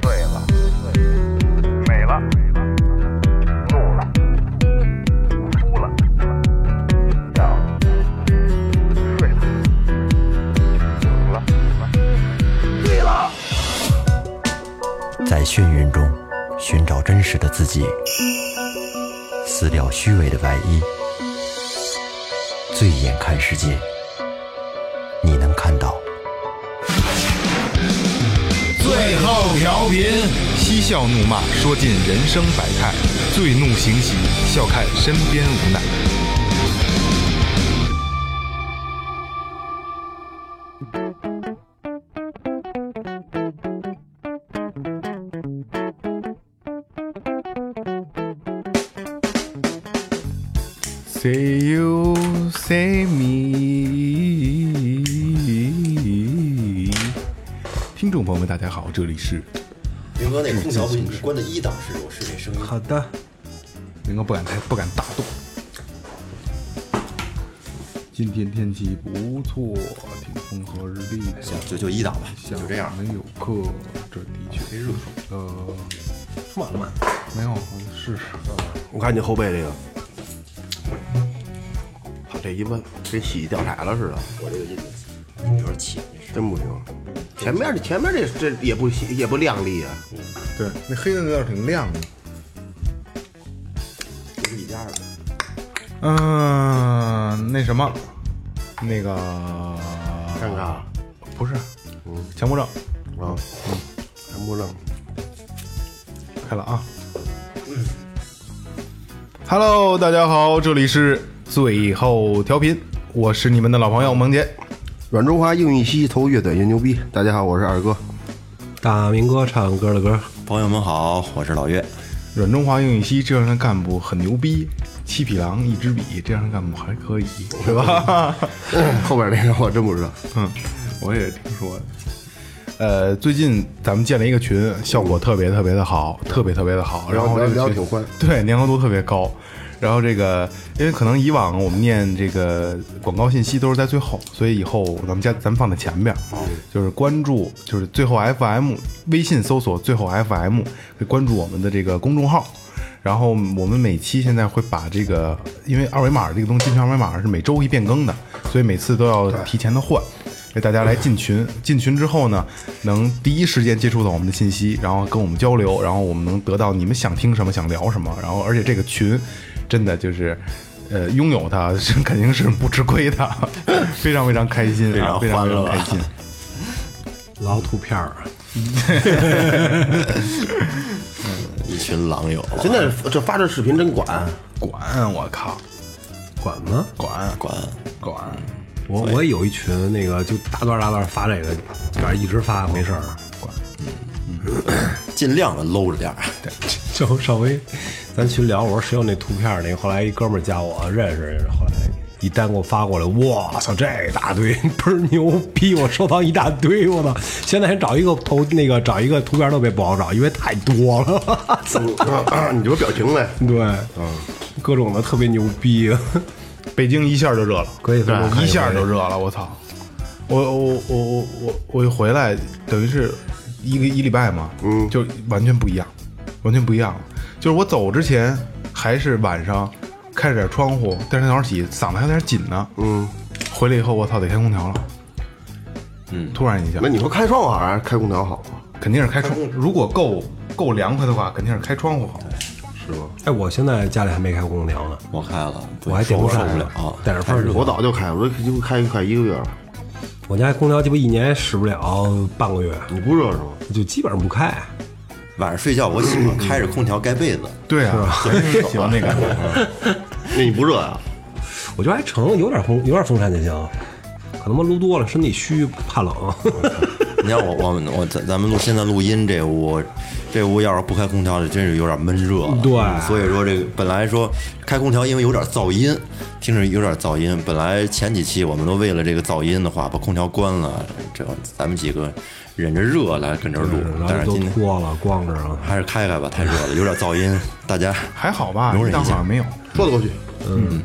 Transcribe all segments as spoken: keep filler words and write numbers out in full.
醉了，美了，怒了，哭了，笑了，睡了，醒了，醉了。 在眩晕中寻找真实的自己，撕掉虚伪的外衣，醉眼看世界，你能看到。 最后调频，嬉笑怒骂，说尽人生百态；醉怒行喜，笑看身边无奈。Say you, say me。听众朋友们，大家好，这里是明哥，那空调不你关的一档是有室内声音。 好的，明哥不敢太不敢大动。今天天气不错，挺风和日丽的。 行，就就一档吧，就这样。 没有课，这的确热。呃， 满了满？ 没有，我试试。 我看你后背这个。他这一问，跟洗掉色了似的。 我这个音有点起， 真不行。前面这前面这这也不也不亮丽啊。 嗯，对，那黑的那点挺亮的。 这是一家的。 嗯、呃，那什么，那个尴尬， 不是， 嗯， 强迫症啊，嗯，强迫症。 开了啊。嗯。Hello， 大家好，这里是最后调频，我是你们的老朋友萌姐。 软中华英语系头乐队也牛逼，大家好，我是二哥。 大明哥唱歌的歌， 朋友们好，我是老岳。 软中华英语系这样的干部很牛逼，七匹狼一支笔，这样的干部还可以，是吧？ 后边那个我真不知道， 嗯，我也听说的。呃，最近咱们建了一个群，效果特别特别的好，特别特别的好，然后这个群挺欢， 对，粘合度特别高。然后这个，因为可能以往我们念这个广告信息都是在最后，所以以后咱们加咱们放在前边，就是关注，就是最后 F M， 微信搜索最后 F M， 会关注我们的这个公众号。然后我们每期现在会把这个，因为二维码这个东西，进群二维码是每周一变更的，所以每次都要提前的换。给大家来进群，进群之后呢，能第一时间接触到我们的信息，然后跟我们交流，然后我们能得到你们想听什么、想聊什么，然后而且这个群真的就是，呃，拥有它是肯定是不吃亏的，非常非常开心，非常非常非常开心。 老图片儿， 一群狼友， 现在这发这视频真管管，我靠， 管吗？ 管管管。 我我也有一群，那个就大段大段发这个，反正一直发没事儿，管， 嗯，尽量的搂着点儿。 对，就稍微，咱群聊，我说谁有那图片那个，后来一哥们儿加我认识，后来一单给我发过来，哇操，这大堆倍儿牛逼，我收藏一大堆，我操！现在找一个头那个找一个图片特别不好找，因为太多了。 你这表情嘞？ 对，嗯，各种的特别牛逼。 北京一下就热了， 可以， 一下就热了，我操！我我我我我我一回来，等于是一个一礼拜嘛，嗯，就完全不一样，完全不一样了。就是我走之前还是晚上开着点窗户，第二天早上起嗓子还有点紧呢，嗯，回来以后我操得开空调了，嗯，突然一下。 那你说开窗户好还是开空调好啊？ 肯定是开窗，如果够够凉快的话，肯定是开窗户好。 是吗？ 哎，我现在家里还没开空调呢， 我开了， 我还电风扇受不了， 带着风。 我早就开了，我就开快一个月了。 我家空调鸡巴一年使不了半个月。 你不热是吗？ 就基本上不开。 晚上睡觉我喜欢开着空调盖被子。 对啊，喜欢那感觉。 那你不热呀？ 我觉得还成，有点风，有点风扇就行。可能撸多了，身体虚，怕冷。 你看我我我咱咱们录现在录音这屋，这屋要是不开空调的，真是有点闷热了。 对， 所以说这个本来说开空调，因为有点噪音，听着有点噪音。本来前几期我们都为了这个噪音的话，把空调关了，这咱们几个忍着热来跟这录，但是今天脱了光着了， 还是开开吧，太热了，有点噪音，大家还好吧？ 容忍一下， 没有说得过去。 嗯。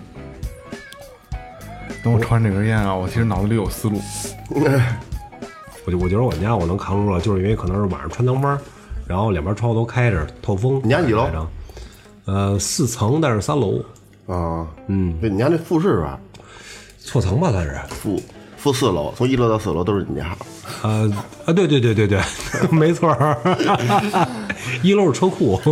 等我抽完这根烟啊，我其实脑子里有思路。 我就我觉得我家我能扛住了，就是因为可能是晚上穿堂风， 然后两边窗户都开着，透风。 你家几楼？ 呃，四层，但是三楼。 啊，嗯，对，你家那复式是吧？ 错层吧，算是负负四楼，从一楼到四楼都是你家。 呃啊，对对对对对，没错儿，一楼是车库。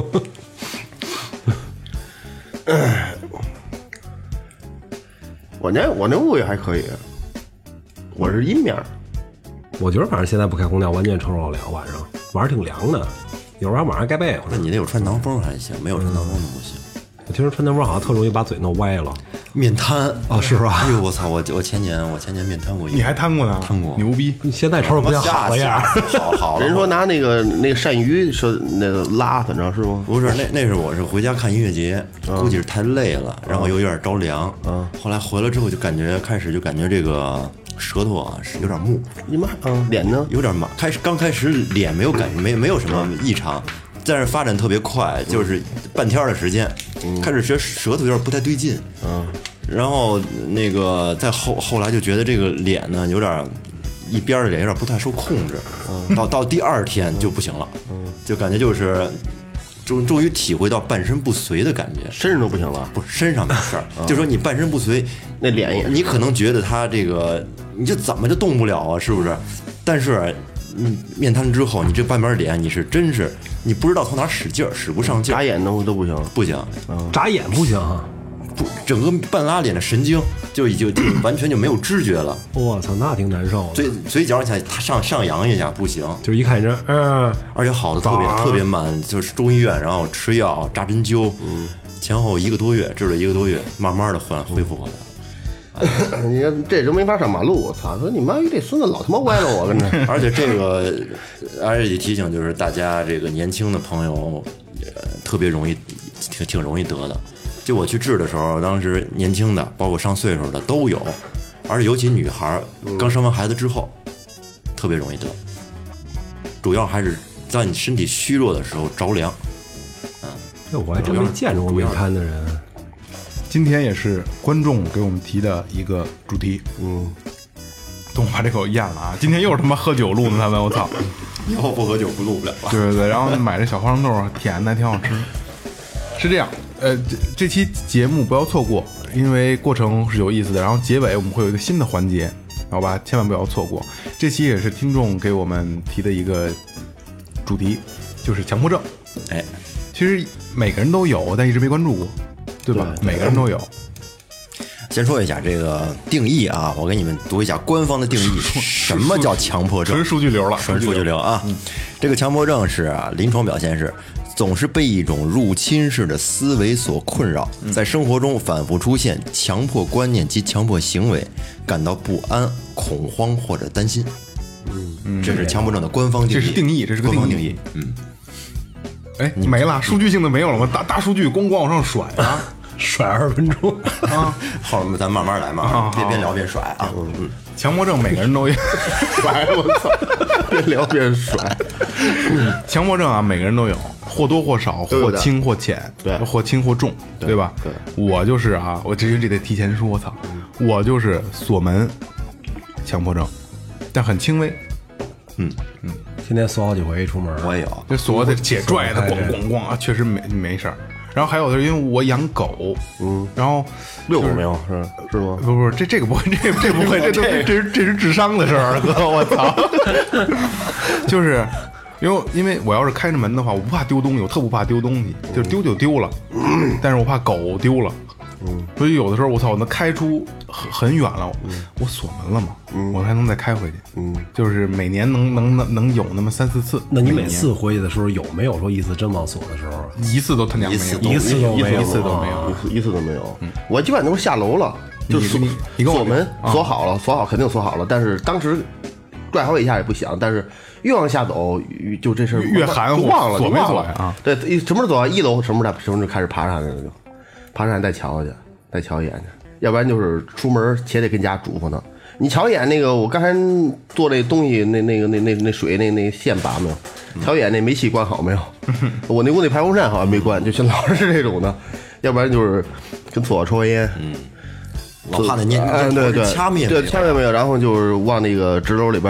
我那我那屋也还可以，我是阴面。 我觉得反正现在不开空调完全承受得了，晚上晚上挺凉的，有时候晚上盖被子。 那你得有穿堂风还行，没有穿堂风的不行。 我听说穿堂风好像特容易把嘴弄歪了。 面瘫啊，是吧？ 哎呦我操！我我前年我前年面瘫过一次， 你还瘫过呢？ 瘫过， 牛逼！ 现在瞅瞅不像好了样。 好好了。 人说拿那个那个鳝鱼说那个拉，反正是吗？ 不是，那那是我是回家看音乐节，估计是太累了，然后又有点着凉。嗯，后来回来之后就感觉开始就感觉这个舌头啊是有点木。 你妈，嗯，脸呢？ 有点麻。开始刚开始脸没有感没没有什么异常。但是发展特别快，就是半天的时间，嗯、开始觉得舌头有点不太对劲，嗯，然后那个再后后来就觉得这个脸呢有点一边的脸有点不太受控制，嗯、到到第二天就不行了，嗯，就感觉就是终终于体会到半身不遂的感觉， 身上都不行了， 不是身上没事儿，嗯、就说你半身不遂， 那脸也， 你可能觉得他这个你就怎么就动不了啊，是不是？但是。你面瘫之后，你这半边脸你是真是你不知道从哪使劲儿，使不上劲儿， 眨眼都都不行， 不行， 嗯、 眨眼不行， 不，整个半拉脸的神经就已经就完全就没有知觉了。 我操，那挺难受的。 嘴嘴角想它上上扬一下不行， 就是一看这，嗯， 而且好的特别特别慢，就是中医院，然后吃药扎针灸，嗯，前后一个多月，治了一个多月，慢慢的缓恢复过来。 你看这人没法上马路，我操！说你妈逼这孙子老他妈歪了我，跟着。 而且这个，而且提醒就是大家这个年轻的朋友，呃，特别容易，挺挺容易得的。就我去治的时候，当时年轻的，包括上岁数的都有，而且尤其女孩刚生完孩子之后，特别容易得。主要还是在你身体虚弱的时候着凉。嗯， 这我还真没见着过面瘫的人。 今天也是观众给我们提的一个主题，嗯，等我把这口咽了啊！今天又是他妈喝酒录的，他们我操！ 以后不喝酒不录不了了。 对对对，然后买这小花生豆，甜的挺好吃。是这样，呃，这这期节目不要错过，因为过程是有意思的。然后结尾我们会有一个新的环节，好吧，千万不要错过。这期也是听众给我们提的一个主题，就是强迫症。 哎， 其实每个人都有，但一直没关注过。对吧？对，每个人都有。 先说一下这个定义啊，我给你们读一下官方的定义。什么叫强迫症？ 纯数据流了， 纯数据流啊！嗯、这个强迫症是啊，临床表现是总是被一种入侵式的思维所困扰，在生活中反复出现强迫观念及强迫行为，感到不安、恐慌或者担心。嗯，这是强迫症的官方定义。 这是定义，这是个官方定义。嗯。 哎，没了，数据性的没有了吗？大大数据咣咣往上甩啊， 甩二十分钟啊！后面咱慢慢来嘛，别边聊边甩啊。嗯， 强迫症每个人都有， 甩我操，边聊边甩。 强迫症啊，每个人都有，或多或少，或轻或浅， 对， 或轻或重，对吧？ 对， 我就是啊，我这这得提前说，我操，我就是锁门强迫症，但很轻微。嗯嗯，天天锁好几回出门， 我也有， 这锁得且拽的咣咣咣啊，确实没没事儿。然后还有的，因为我养狗，嗯，然后遛过没有？是是吗？ 不不，这这个不会，这这不会，这都这是这是智商的事儿，哥，我操！就是因为因为我要是开着门的话，我不怕丢东西，我特不怕丢东西，就是丢就丢了，但是我怕狗丢了。嗯，所以有的时候我操，我能开出很很远了，嗯、我锁门了嘛，嗯、我还能再开回去。嗯，就是每年能能能能有那么三四次。 那你每次回去的时候有没有说一次真忘锁的时候？ 一次都他娘没有， 一次都没有， 一次都没有， 一次一次都没有。嗯，我基本上都是下楼了，就锁锁门锁好了，锁好肯定锁好了，但是当时拽好几下也不响，但是越往下走，就这事儿越含糊， 忘了锁没锁啊？对，什么时候走到一楼，什么时候什么时候开始爬上去了就。爬上再瞧去，再瞧一眼去，要不然就是出门且得跟家嘱咐呢。你瞧一眼那个，我刚才做那东西，那那个那那那水那那线拔没有？瞧一眼那煤气关好没有？我那屋那排风扇好像没关，就像老是这种的。要不然就是跟厕所抽烟，嗯， 老怕那烟， 嗯，对对， 掐灭， 对掐灭没有，然后就是往那个纸篓里边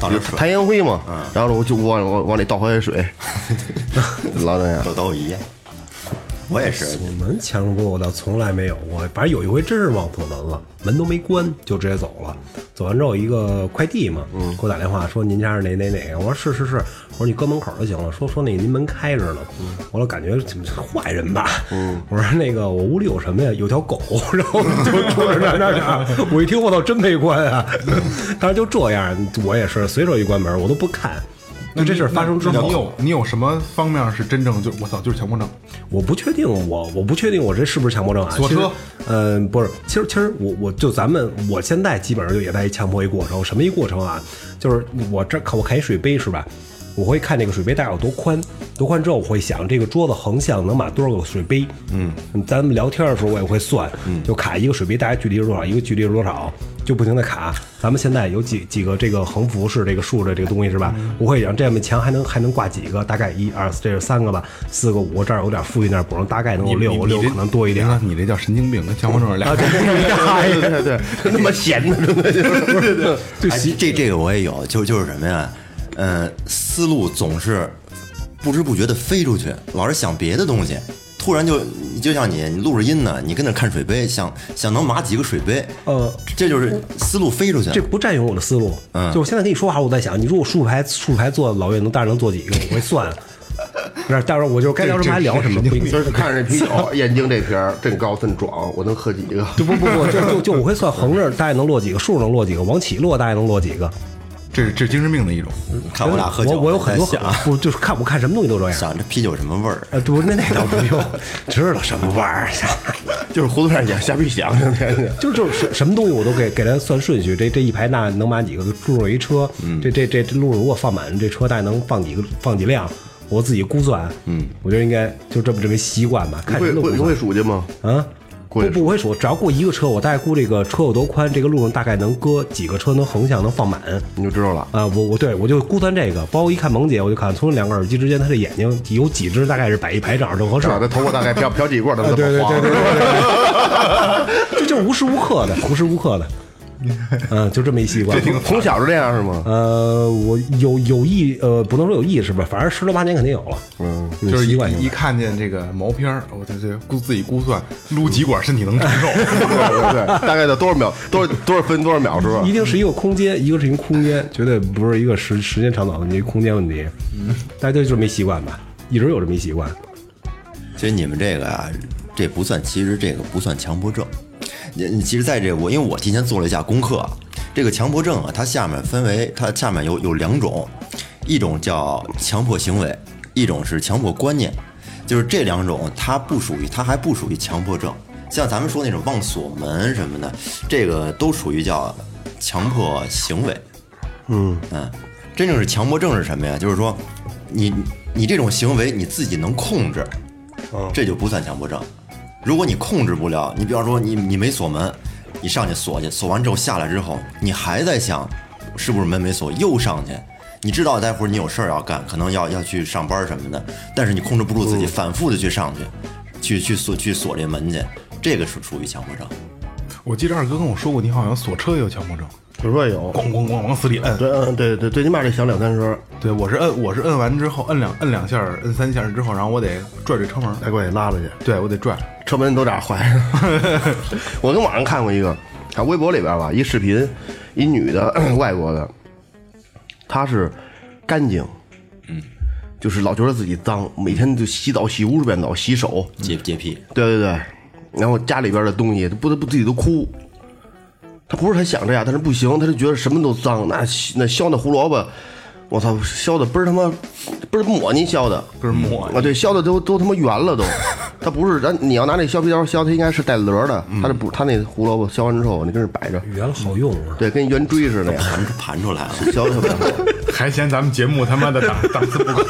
倒点水太阳灰嘛，然后我就往往往里倒点水，老那样。 都都一样。我也是， 我们强制工我倒从来没有过，反正有一回真是忘锁门了，门都没关就直接走了。走完之后，一个快递嘛，嗯，给我打电话说您家是哪哪哪个，我说是是是，我说你搁门口就行了，说说那您门开着呢，嗯，我老感觉坏人吧，嗯，我说那个我屋里有什么呀？有条狗，然后就说那那那，我一听我操真没关啊，当时就这样，我也是随手一关门我都不看。那这事儿发生之后， 你有你有什么方面是真正就我操就是强迫症？ 我不确定我我不确定我这是不是强迫症啊？ 锁车， 嗯、呃，不是，其实其实我我就咱们我现在基本上就也在强迫一过程，什么一过程啊？就是我这看我看一水杯是吧？我会看这个水杯大概有多宽，多宽之后我会想这个桌子横向能码多少个水杯。嗯，咱们聊天的时候我也会算，嗯，就卡一个水杯大概距离是多少，一个距离是多少，就不停的卡。咱们现在有几几个这个横幅是这个竖着这个东西是吧？我会想这面墙还能还能挂几个，大概一二这是三个吧，四个五个，这儿有点富裕那儿补上，大概能有六个，六可能多一点。 你这叫神经病，跟强迫症是俩。 对对对，那么闲的，真的就是。 哎，这这个我也有，就就是什么呀？呃，思路总是不知不觉的飞出去，老是想别的东西，突然就就像你你录着音呢，你跟那看水杯，想想能码几个水杯，呃，这就是思路飞出去。 这不占用我的思路，嗯，就我现在跟你说话，我在想，你说我竖排竖排坐老岳能大概能坐几个，我会算。那待会儿我就该聊什么还聊什么，不就是看着这啤酒，燕京这瓶真高真壮，我能喝几个？ 就不不不，就就就我会算横着大概能落几个，竖能落几个，往起落大概能落几个。 这是这是精神病的一种。 看我俩喝酒， 我我有很多想， 不就是看我看什么东西都这样。 想这啤酒什么味儿？ 呃，不，那那倒不用，知道什么味儿， 就是胡同上讲瞎逼想， 就就是什么东西我都给给他算顺序。这这一排那能码几个？路上一车，嗯，这这这这路上如果放满，这车大概能放几个？放几辆？我自己估算，嗯，我觉得应该就这么这么习惯吧。看会会你会数去吗？ 啊。不不会数，只要过一个车，我大概估这个车有多宽，这个路上大概能搁几个车能横向能放满， 你就知道了啊！我我对我就估算这个，包括一看萌姐，我就看从两个耳机之间，他这眼睛有几只，大概是摆一排，正好正合适。 他头发大概飘飘几过，他对对对对对，这就是无时无刻的，无时无刻的。嗯，就这么一习惯。 从小就这样是吗？ 呃，我有有意，呃，不能说有意识吧，反正十多八年肯定有了。 嗯，就是一一看见这个毛片儿，我这这估自己估算撸几管身体能承受， 对对对，大概在多少秒，多少多少分多少秒是吧？ 一定是一个空间，一个是一个空间，绝对不是一个时时间长短问题，空间问题。嗯，大家就这么一习惯吧，一直有这么一习惯。 其实你们这个啊，这不算，其实这个不算强迫症。你其实在这我因为我提前做了一下功课，这个强迫症啊，它下面分为它下面有有两种，一种叫强迫行为，一种是强迫观念，就是这两种它不属于，它还不属于强迫症。像咱们说那种忘锁门什么的，这个都属于叫强迫行为。嗯嗯，真正是强迫症是什么呀？就是说你你这种行为你自己能控制，这就不算强迫症。如果你控制不了，你比方说你你没锁门，你上去锁去，锁完之后下来之后，你还在想是不是门没锁，又上去，你知道待会儿你有事儿要干，可能要要去上班什么的，但是你控制不住自己，反复的去上去，去去锁去锁这门去，这个是属于强迫症。 我记得二哥跟我说过，你好像锁车也有强迫症。 我说有， 咣咣咣往死里摁。 对，嗯，对对，最起码得响两三声。 对，我是摁，我是摁完之后摁两摁两下，摁三下之后，然后我得拽这车门， 再过去拉了去。 对，我得拽， 车门都这样坏了。我跟网上看过一个，看微博里边吧，一视频，一女的，外国的，她是干净，嗯，就是老觉得自己脏，每天就洗澡洗五十遍澡，洗手， 洁洁癖。 对对对，然后家里边的东西不得不自己都哭。他不是他想这样，但是不行，他就觉得什么都脏。那那削那胡萝卜，我操，削的倍儿他妈倍儿抹泥削的， 倍儿抹啊！对，削的都都他妈圆了都。他不是，咱你要拿那削皮刀削，它应该是带棱的。他这不，他那胡萝卜削完之后，你跟这摆着， 圆了好用啊。 对，跟圆锥似的， 盘盘出来了， 削的特别好。 还嫌咱们节目他妈的档档次不高。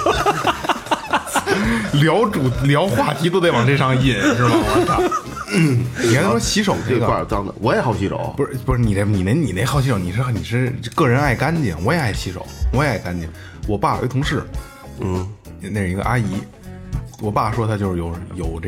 聊主聊话题都得往这上引是吗？我操！嗯，你还说洗手这个块脏的，我也好洗手。 不是不是，你这你那你那好洗手，你是你是个人爱干净，我也爱洗手，我也爱干净。我爸有一同事，嗯，那是一个阿姨，我爸说他就是有有这个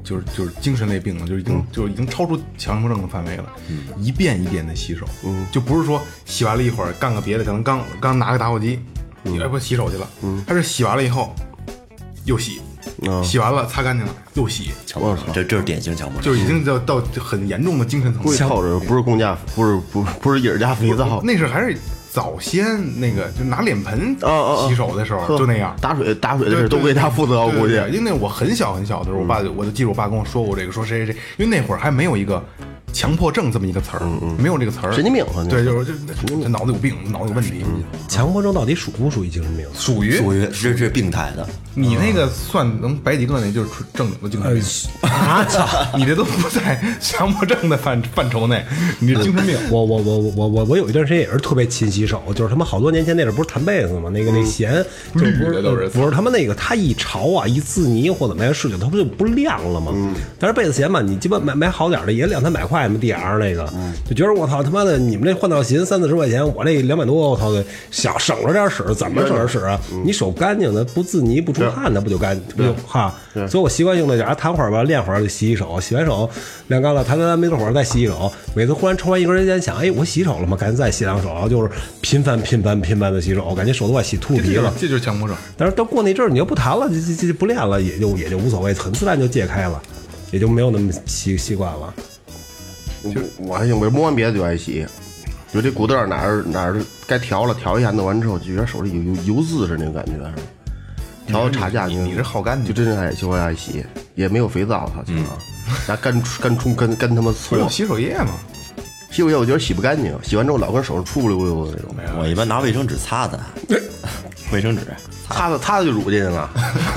就是就是精神类病了，就是已经、嗯、就是已经超出强迫症的范围了，嗯、一遍一遍的洗手，嗯，就不是说洗完了一会儿干个别的，可能刚刚拿个打火机，嗯，要不洗手去了，嗯，他是洗完了以后又洗。嗯、洗完了擦干净了又洗， 强迫症，这这是典型强迫症， 就已经到到很严重的精神层面。 靠着不是公家，不是不不是野家肥皂， 那是还是早先那个就拿脸盆洗手的时候、哦哦、就那样， 打水打水的事都归他负责，我估计。 因为我很小很小的时候，我爸我就记得我爸跟我说过这个，说谁谁谁，因为那会儿还没有一个强迫症这么一个词儿，嗯嗯，没有这个词儿， 神经病， 对，就是就就脑子有病，脑子有问题。 嗯、强迫症到底属不属于精神病？ 属于属于这是病态的。 你那个算能摆几个，那就是正经的精神病。啊操！你这都不在强迫症的范范畴内，你是精神病。 我我我我我我有一段时间也是特别勤洗手，就是他妈好多年前那阵不是弹被子吗？那个那弦就不是都是不是他妈那个他一潮啊一渍泥或怎么样事情，它不就不亮了吗？嗯。但是被子弦嘛，你基本买买好点的也两三百块嘛 ，D R 那个，就觉得我操他妈的你们这换套琴三四十块钱，我这两百多，我操的想省着点使，怎么省着使啊？你手干净的不渍泥不出汗的不就干不就哈？所以我习惯性的假如弹会儿吧，练会儿就洗洗手，洗完手晾干了，弹弹没多会儿再洗洗手。每次忽然抽完一根烟，想哎我洗手了吗？赶紧再洗两手，就是频繁频繁频繁的洗手，感觉手都快洗秃皮了。 这就是强迫症。但是到过那阵儿你要不弹了，就就就不练了，也就也就无所谓，很自然就戒开了，也就没有那么习习惯了。 就我还行，我摸完别的就爱洗，就这骨头哪儿哪儿该调了调一下，弄完之后就觉得手里有油油渍似的那种感觉，是吧？调差价， 你你是好干净， 就真正爱就爱洗，也没有肥皂，它行啊，拿干干冲干干他妈搓。 有洗手液吗？ 洗手液我觉得洗不干净，洗完之后老跟手上出不溜溜的那种。 我一般拿卫生纸擦的，卫生纸擦的擦的就乳进去了，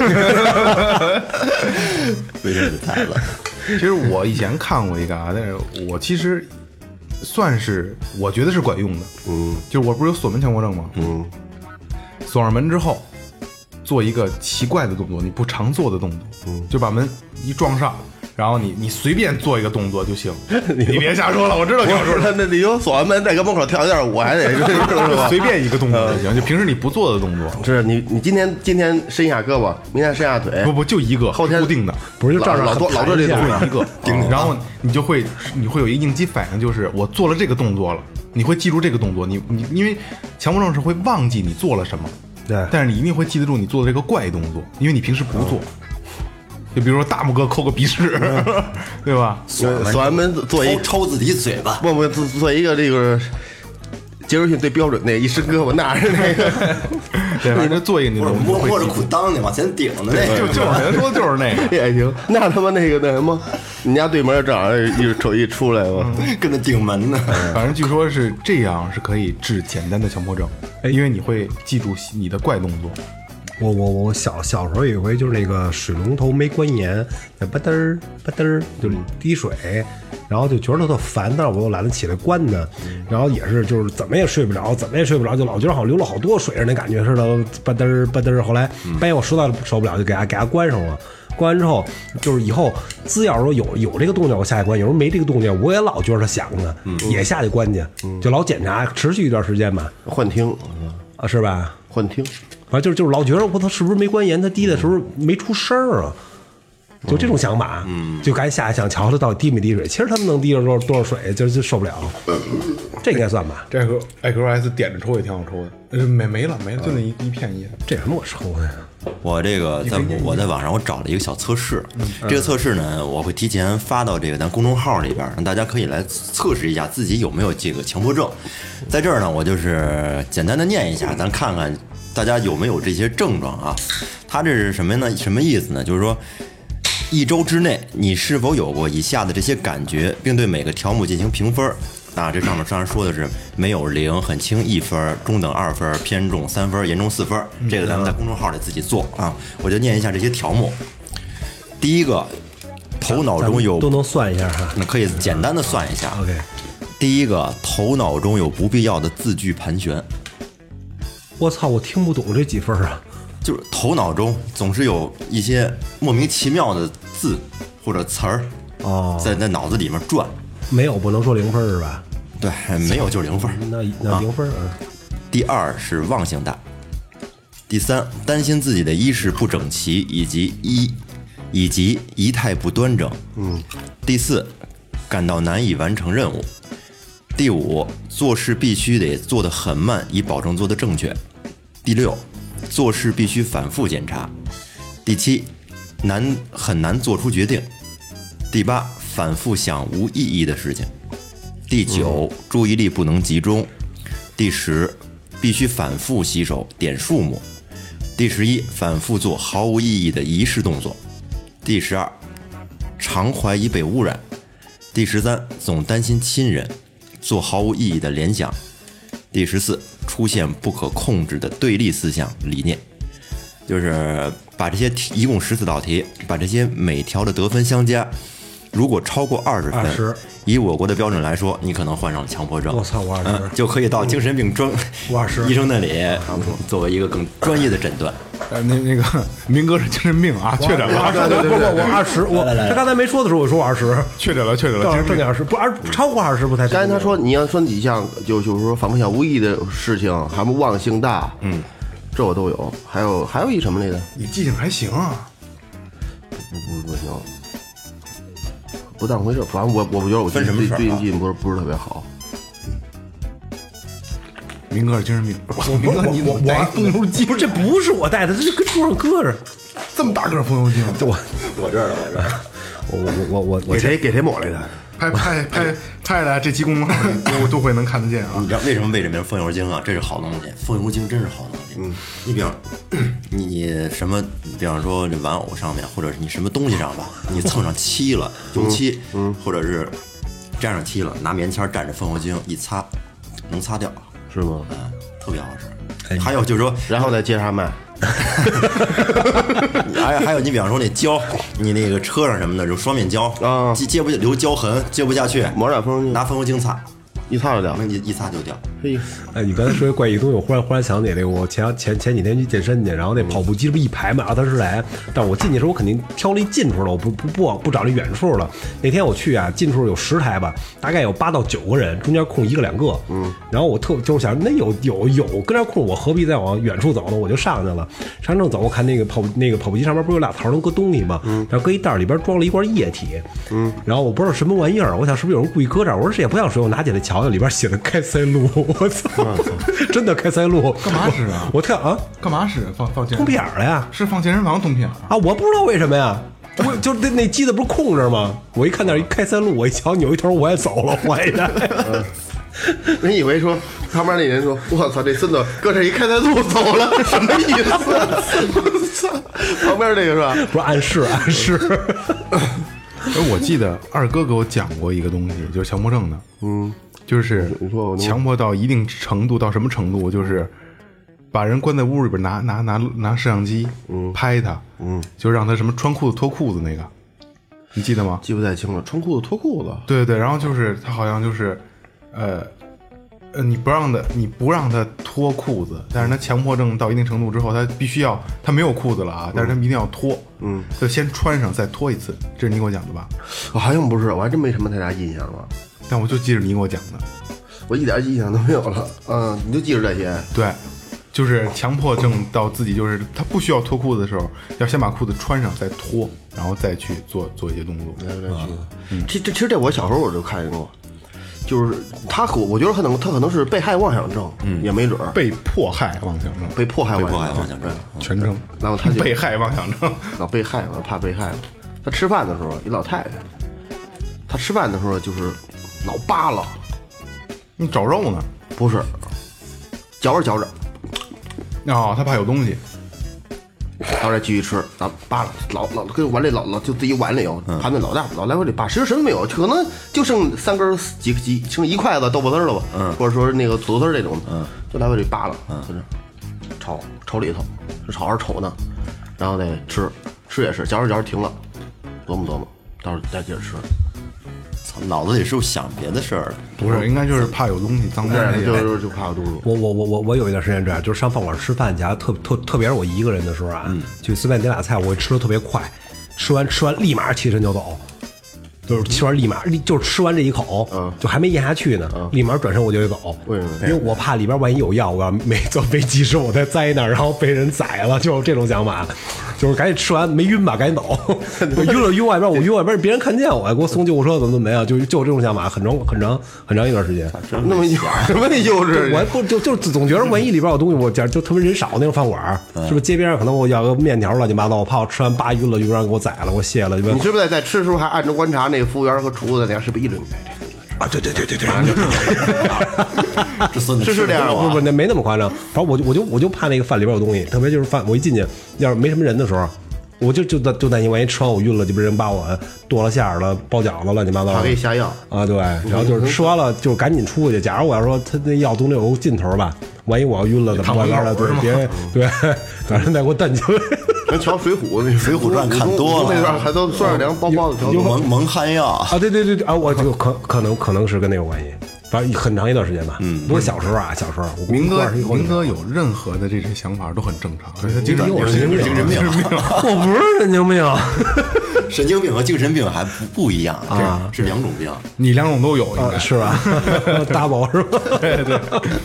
卫生纸擦的。 其实我以前看过一个啊，但是我其实算是我觉得是管用的，嗯，就是我不是有锁门强迫症吗？嗯，锁上门之后做一个奇怪的动作，你不常做的动作，嗯，就把门一撞上，然后你你随便做一个动作就行，你别瞎说了，我知道你要说了，那你就锁完门再跟门口跳一下，我还得随便一个动作就行，就平时你不做的动作。 是你你今天今天伸一下胳膊，明天伸下腿， 不不就一个， 后天固定的， 不是就照着老多老多这动作一个，然后你就会你会有一个应激反应，就是我做了这个动作了，你会记住这个动作，你你因为强迫症是会忘记你做了什么。 对， 但是你一定会记得住你做的这个怪动作，因为你平时不做。就比如说大拇哥抠个鼻屎，对吧？ 锁完门做一抽自己嘴巴， 不不做做一个这个杰瑞逊最标准那一伸胳膊那是那个， 对，反正做一个你摸摸着裤裆你往前顶的那个， 就就往前说就是那个也行。那他妈那个那什么，你家对门正好一瞅一出来吧， 跟着顶门呢。 反正据说是这样是可以治简单的强迫症，因为你会记住你的怪动作。 我我我小小时候有一回就是那个水龙头没关严，吧嘚儿吧嘚儿就滴水，然后就觉得特烦，但是我又懒得起来关呢，然后也是就是怎么也睡不着，怎么也睡不着，就老觉得好像流了好多水那感觉似的，吧嘚儿吧嘚儿。后来半夜我实在受不了，就给它给它关上了。关完之后，就是以后只要说有有这个动静我下去关，有时候没这个动静我也老觉得它响呢，也下去关去，就老检查，持续一段时间吧。 幻听啊，是吧？ 幻听。 反正就是就是老觉得我操是不是没关严，他滴的时候没出声啊，就这种想法，嗯，就赶紧下去想瞧他到底滴没滴水。其实他们能滴着多少多少水，就就受不了。这应该算吧？ 这个 I Q S 点着抽也挺好抽的，呃，没没了没了，就那一一片叶。 这什么我抽的呀？ 我这个在我在网上我找了一个小测试，这个测试呢，我会提前发到这个咱公众号里边，让大家可以来测试一下自己有没有这个强迫症。在这儿呢，我就是简单的念一下，咱看看大家有没有这些症状啊？它这是什么呢？什么意思呢？就是说，一周之内你是否有过以下的这些感觉，并对每个条目进行评分。啊，这上面上说的是没有零，很轻一分，中等二分，偏重三分，严重四分。这个咱们在公众号里自己做啊。我就念一下这些条目。第一个，头脑中有都能算一下哈， 那可以简单的算一下。 OK。 第一个，头脑中有不必要的字句盘旋。 我操，我听不懂这几分啊！ 就是头脑中总是有一些莫名其妙的字或者词儿哦， 在在脑子里面转。 没有不能说零分是吧？ 对，没有就零分。 那那零分啊。 第二是忘性大。第三，担心自己的衣饰不整齐以及衣以及仪态不端正。嗯。第四，感到难以完成任务。第五，做事必须得做得很慢，以保证做得正确。第六，做事必须反复检查。第七，难很难做出决定。第八，反复想无意义的事情。第九，注意力不能集中。第十，必须反复洗手点数目。第十一，反复做毫无意义的仪式动作。第十二，常怀疑被污染。第十三，总担心亲人，做毫无意义的联想。第十四，出现不可控制的对立思想理念。就是把这些题一共十四道题，把这些每条的得分相加，如果超过二十分， 二十， 以我国的标准来说，你可能患上了强迫症。 我操，我二十、 嗯，就可以到精神病专我二十医生那里作为一个更专业的诊断。 呃，那那个明哥是精神病啊，确诊了， 不不不，我二十，我他刚才没说的时候我说我二十， 确诊了，确诊了， 正精神病正二十，不二超过二十不太。 刚才他说你要说几项，就就是说反复想无意义的事情，还有忘性大，嗯，这我都有。还有还有一什么来着？ 你记性还行啊， 不不不行，不当回事。反正我我不觉得我分什么事儿啊最近记性不是不是特别好。 明哥是精神病， 我明哥你我我带风油精， 不是，这不是我带的，这就跟桌上搁着。 这么大个风油精， 我我这儿了，我这儿。 我我我我我给谁给谁抹来的？ 拍拍拍拍来这期公众号里都都会能看得见啊你。知道为什么为这名风油精啊？这是好东西，风油精真是好东西。嗯，你比方你你什么，比方说这玩偶上面，或者是你什么东西上吧，你蹭上漆了，油漆，嗯，或者是沾上漆了，拿棉签蘸着风油精一擦，能擦掉， 是吗？ 嗯，特别好使。还有就是说， 然后再接着卖。 还有还有，你比方说那胶，你那个车上什么的，就双面胶啊接接不留胶痕，接不下去， 抹点风油精拿风油精擦， 一擦就掉。 那一一擦就掉。 嘿， 哎，你刚才说怪异东西，我忽然忽然想起那个，我前前前几天去健身去，然后那跑步机这不一排嘛，二三十台，但我进去的时候我肯定挑了一近处的，我不不不不找那远处了。那天我去啊，近处有十台吧，大概有八到九个人，中间空一个两个，嗯，然后我特就是想，那有有有跟这空，我何必再往远处走呢？我就上去了，上正走，我看那个跑那个跑步机上面不是有俩槽能搁东西吗？嗯，然后搁一袋里边装了一罐液体，嗯，然后我不知道什么玩意儿，我想是不是有人故意搁这儿？我说这也不像水，我拿起来瞧瞧，里边写的开塞露，我操！真的开塞露， 干嘛使啊？ 我跳啊， 干嘛使？放放健通屁眼儿了呀？ 是放健身房通屁眼儿啊？我不知道为什么呀。我就那那机子不是空着吗？我一看那一开塞露，我一瞧扭一头我也走了，回来。 人以为说旁边那人说：“我操，这孙子搁这一开塞露走了，什么意思？”我操，旁边这个是吧？ 不是暗示暗示。 哎，我记得二哥给我讲过一个东西，就是强迫症的，嗯。就是强迫到一定程度，到什么程度？就是把人关在屋里边，拿拿拿拿摄像机，嗯，拍他，嗯，就让他什么穿裤子脱裤子那个，你记得吗？ 记不太清了，穿裤子脱裤子。 对对，然后就是他好像就是，呃呃，你不让他，你不让他脱裤子，但是他强迫症到一定程度之后，他必须要，他没有裤子了啊，但是他一定要脱，嗯，就先穿上再脱一次，这是你给我讲的吧？ 我好像不是，我还真没什么太大印象了。 但我就记着你给我讲的， 我一点印象都没有了。嗯，你就记着这些。 对，就是强迫症到自己就是他不需要脱裤子的时候，要先把裤子穿上再脱，然后再去做做一些动作。 来来去，嗯，其这其实这我小时候我就看见过，就是他可我觉得可能他可能是被害妄想症，嗯，也没准儿被迫害妄想症， 被迫害被迫害妄妄想症全称。 然后他就被害妄想症， 老被害，我怕被害。他吃饭的时候，一老太太，她吃饭的时候就是老扒拉。 你找肉呢？ 不是，嚼着嚼着， 哦，他怕有东西， 然后再继续吃，然后扒拉，老老跟碗里老老就自己碗里有，盘子老大老来回里扒，实际什么没有，可能就剩三根几几剩一筷子豆腐丝了吧，嗯，或者说那个土豆丝这种，嗯，就来回里扒拉，嗯，就是炒炒里头，是炒还是瞅呢，然后再吃，吃也是嚼着嚼着停了，琢磨琢磨，到时候再接着吃。 脑子里是不是想别的事儿？ 不是，应该就是怕有东西脏东西， 就就怕有东西。 我我我我我有一段时间这样，就是上饭馆吃饭去，特特特别是我一个人的时候啊，嗯、就随便点俩菜，我会吃的特别快，吃完吃完立马起身就走，就是吃完立马就是吃完这一口，嗯，就还没咽下去呢，嗯、立马转身我就得走。 为什么？ 因为我怕里边万一有药，我要没坐飞机时我再栽那儿，然后被人宰了，就有这种想法。 就是赶紧吃完没晕吧，赶紧走。晕了晕外边，我晕外边，别人看见我，给我送救护车怎么怎么样，就就这种想法，很长很长很长一段时间。 那么幼什么幼稚？ 我不就就总觉得万一里边有东西，我假如就特别人少那种饭馆，是不是街边上可能我要个面条乱七八糟，我怕我吃完扒晕了，就让给我宰了，我卸了。 你是不是在在吃的时候还暗中观察那个服务员和厨子在那是不是一直啊？对对对对对， 这孙子是是这样不不那没那么夸张，反正我就我就我就怕那个饭里边有东西，特别就是饭，我一进去要是没什么人的时候。我就就就担心，万一吃完我晕了，就被人把我剁了馅儿了、包饺子乱七八糟的， 怕给你下药啊！对，然后就是吃完了就赶紧出去。假如我要说他那药总得有个尽头吧，万一我要晕了怎么办的？对，别对，反正再给我蹬起来。 咱瞧《水浒》那《 水浒传》看多了， 那段还都涮着凉包包的， 蒙蒙汗药啊！对对对对啊！我就可可能可能是跟那有关系。反正很长一段时间吧，嗯，不过小时候啊，小时候， 明哥，明哥有任何的这些想法都很正常，他精神神经病， 精神病， 我不是神经病， 神经病和精神病还不不一样啊，是两种病， 你两种都有，应该是吧？大宝是吧？ 对对。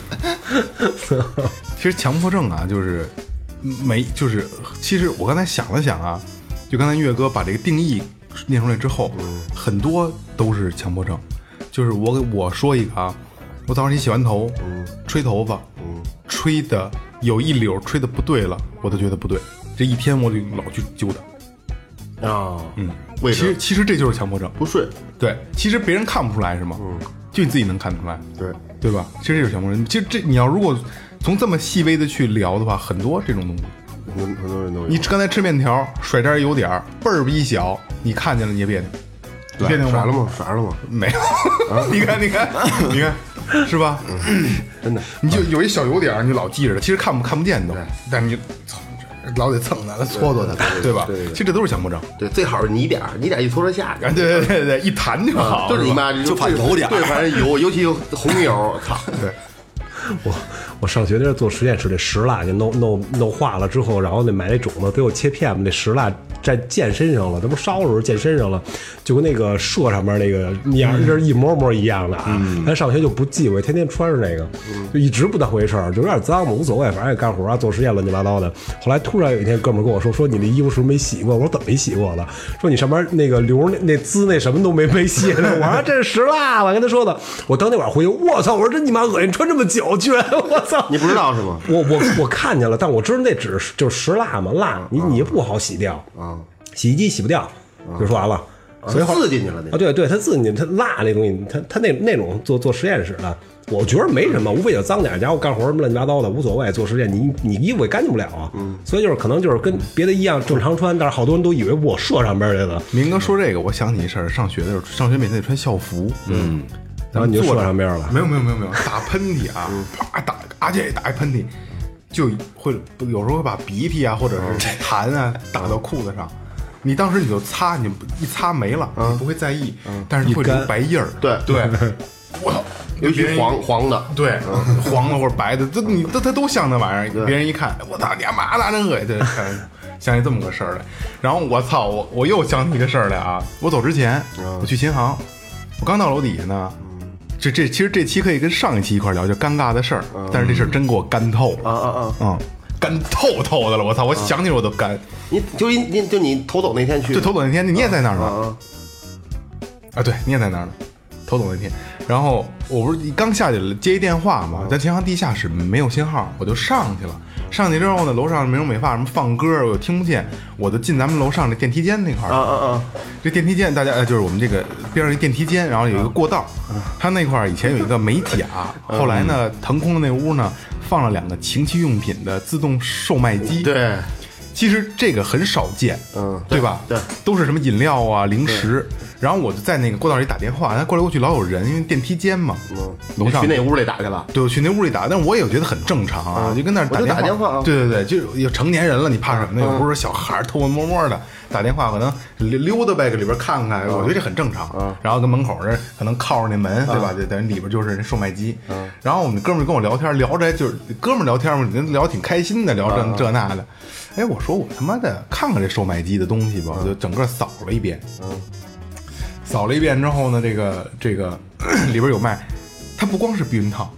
其实强迫症啊，就是没，就是其实我刚才想了想啊，就刚才岳哥把这个定义念出来之后，很多都是强迫症。就是我我说一个啊，我早上起洗完头，嗯，吹头发，嗯，吹的有一绺吹的不对了，我都觉得不对，这一天我就老去揪它。 啊， 嗯， 为什么？ 其实其实这就是强迫症， 不睡。 对，其实别人看不出来是吗？嗯，就你自己能看出来。 对， 对吧？其实这就是强迫症。其实这你要如果从这么细微的去聊的话，很多这种东西， 很很多人都有。 你刚才吃面条，甩渣有点儿倍儿逼小，你看见了你也别扭。 对， 别扭甩了吗？甩了吗？ 没有，你看，你看，你看，是吧？ 真的， 你就有一小油点，你就老记着，其实看不看不见都，但是你操，老得蹭它，搓搓它，对吧？其实这都是强迫症。 对，最好是你点，你点一搓它下去。 对对对对，一弹就好。 就是你妈就怕油点， 对，反正油，尤其红油，操， 对。 我我上学那时候做实验室，这石蜡就弄弄弄化了之后，然后那买那种子给我切片嘛，那石蜡在溅身上了，这不烧的时候溅身上了，就跟那个射上面那个样是一模模一样的啊。咱上学就不忌讳，天天穿着那个，就一直不当回事儿，就有点脏嘛，无所谓，反正也干活啊，做实验乱七八糟的。后来突然有一天，哥们跟我说说你的衣服是不是没洗过？我说怎么没洗过了？说你上边那个流那那滋那什么都没没洗呢。我说这是石蜡，我跟他说的。我当天晚上回去，我操！我说真你妈恶心，穿这么久居然，我操！ 你不知道是吗？ 我我我看见了，但我知道那只是就是石蜡嘛，蜡你你不好洗掉啊，洗衣机洗不掉，就说完了。所以刺进去了那啊，对对，它刺进去，它蜡那东西，它它那那种做做实验室的，我觉得没什么，无非就脏点，家伙干活什么乱七八糟的无所谓，做实验你你衣服也干净不了啊，嗯，所以就是可能就是跟别的一样正常穿，但是好多人都以为我射上边来了。 明哥说这个，我想起一事儿，上学的时候，上学每天得穿校服，嗯， 然后你就射上边了， 没有没有没有没有，打喷嚏啊，啪打啊这打一喷嚏，就会有时候会把鼻涕啊或者是痰啊打到裤子上。你当时你就擦，你一擦没了，嗯、你不会在意，嗯、但是你会留白印儿。 对对，我操， 尤其黄黄的， 对，嗯、黄的或者白的，这你这它都像那玩意儿。别人一看，我操，你干嘛呢？真恶心！对，想起这么个事儿来。然后我操，我我又想起一个事儿来啊！我走之前，嗯、我去琴行，我刚到楼底下呢。这这其实这期可以跟上一期一块聊，就尴尬的事儿。嗯、但是这事儿真给我干透了。 啊啊啊！ 嗯。干透透的了，我操！我想起来我都干。 你就你就你头走那天去， 就头走那天，你也在那儿吗？啊，对，你也在那儿呢。头走那天，然后我不是刚下去了接一电话嘛，在琴行地下室没有信号，我就上去了。上去之后呢，楼上美容美发什么放歌，我又听不见，我就进咱们楼上这电梯间那块儿。 啊啊啊！ 这电梯间大家呃就是我们这个边上一电梯间，然后有一个过道，它那块儿以前有一个美甲，后来呢腾空的那屋呢。放了两个情趣用品的自动售卖机， 对， 其实这个很少见，嗯，对吧？ 对， 都是什么饮料啊、零食。然后我就在那个过道里打电话，他过来过去老有人，因为电梯间嘛，嗯，楼上去那屋里打去了， 对，我去那屋里打，但是我也觉得很正常啊，就跟那儿打电话， 打电话啊， 对对对，就有成年人了，你怕什么呢？又不是小孩偷偷摸摸的打电话，可能溜达呗，搁里边看看，我觉得这很正常。然后跟门口这可能靠着那门，对吧？就等于里边就是那售卖机。然后我们哥们儿跟我聊天，聊着就是哥们儿聊天嘛，聊挺开心的，聊这这那的。哎，我说我他妈的看看这售卖机的东西吧，我就整个扫了一遍。嗯。扫了一遍之后呢，这个这个里边有卖，它不光是避孕套，还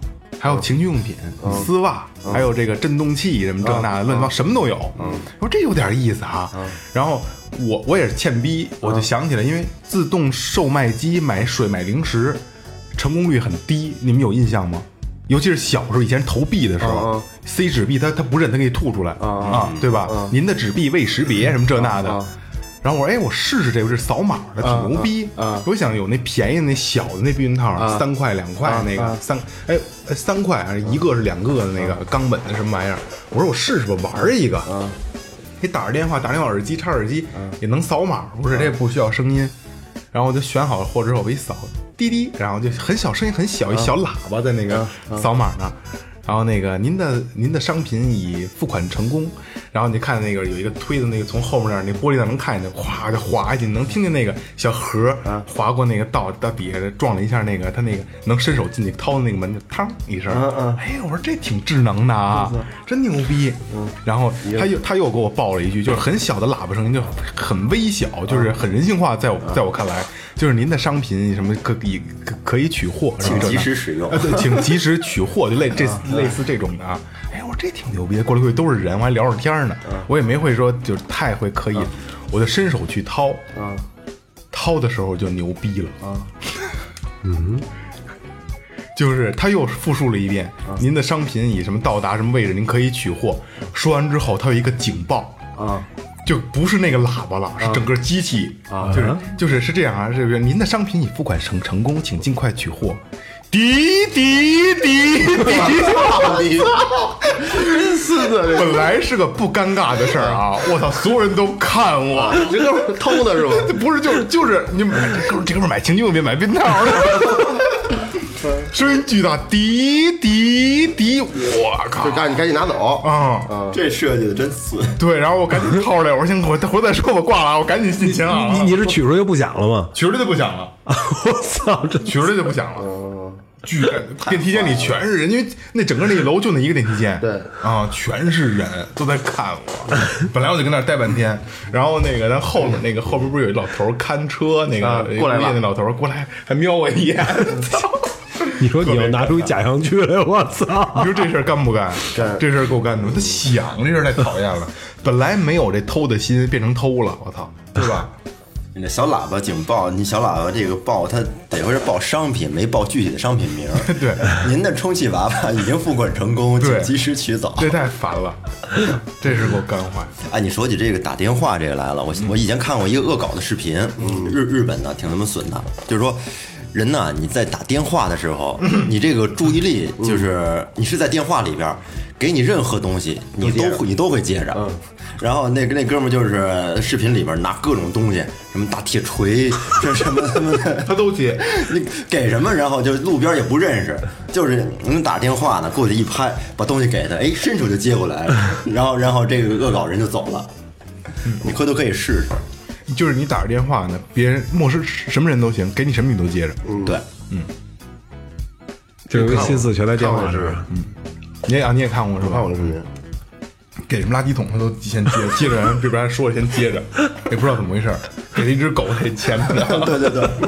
还有情趣用品、丝袜，还有这个震动器什么这那的，乱七八糟什么都有。我说这有点意思哈。然后我我也是欠逼，我就想起来，因为自动售卖机买水买零食成功率很低，你们有印象吗？尤其是小时候，以前投币的时候，塞纸币，它它不认，它给你吐出来啊，对吧？您的纸币未识别什么这那的。然后我说，哎，我试试这个，是扫码的，挺牛逼。我想有那便宜的那小的那避孕套，三块两块那个三，哎三块啊，一个是两个的那个冈本的什么玩意儿？我说我试试吧，玩一个。给打着电话，打电话耳机插耳机也能扫码，不是这不需要声音。然后我就选好了货之后，我一扫，滴滴，然后就很小声音很小，一小喇叭在那个扫码呢。然后那个您的您的商品已付款成功，然后你看那个有一个推的那个从后面那儿那玻璃上能看见，哗就滑下去，能听见那个小盒划过那个道到底下撞了一下那个他那个能伸手进去掏的那个门就嘡一声，哎我说这挺智能的啊，真牛逼。然后他又他又给我报了一句，就是很小的喇叭声音，就很微小，就是很人性化，在我在我看来，就是您的商品什么可以可可以取货， 请及时使用， 对，请及时取货，就类这类似这种的啊。哎，我说这挺牛逼的，过来过去都是人，我还聊着天呢，我也没会说就是太会刻意，我就伸手去掏，掏的时候就牛逼了啊，嗯。就是他又复述了一遍，您的商品以什么到达什么位置，您可以取货。说完之后，他有一个警报啊，就不是那个喇叭了，是整个机器啊，就是就是是这样啊，这个您的商品已付款成成功，请尽快取货。滴滴滴滴， 真是的， 本来是个不尴尬的事儿啊，我操，所有人都看我， 这哥们儿偷的是吧？ 不是，就是就是你买这哥们这哥们儿买情趣用品买避孕套的。声音巨大，滴滴滴，我靠！ 就赶紧赶紧拿走啊！ 嗯、这设计的真损。 对，然后我赶紧掏出来，我说先我回再说，我挂了，我赶紧进钱啊！ 你你是取出来就不响了吗？ 取出来就不响了。 我操，这取出来就不响了。巨电梯间里全是人，因为那整个那一楼就那一个电梯间， 对啊，全是人都在看我。本来我就跟那儿待半天，然后那个咱后面那个后边不是有一老头看车，那个、啊、 过来了， 那老头过来还瞄我一眼，操！ 你说你要拿出假象去来，我操！ 你说这事儿干不干？干，这事儿够干的。他想这事儿太讨厌了，本来没有这偷的心，变成偷了，我操，对吧？ 你那小喇叭警报，你小喇叭这个报，它得会是报商品，没报具体的商品名。 对， 您的充气娃娃已经付款成功，请及时取走。 这太烦了，这是给我干坏。 哎，你说起这个打电话这个来了，我我以前看过一个恶搞的视频，日日本的挺他妈损的，就是说。人呢，你在打电话的时候，你这个注意力就是你是在电话里边，给你任何东西，你都会你都会接着。然后那那哥们就是视频里边拿各种东西，什么大铁锤，这什么什么的， 他都接。 你给什么，然后就路边也不认识，就是你打电话呢，过去一拍，把东西给他，哎，伸手就接过来，然后然后这个恶搞人就走了。你回头可以试试。 就是你打着电话呢，别人陌生什么人都行，给你什么你都接着。 嗯，对， 嗯， 这个心思全在电话上。 嗯，你也啊，你也看过是吧？ 看过的视频， 给什么垃圾桶他都先接着，接着人这边说了先接着，也不知道怎么回事，给了一只狗得牵着。 对对对。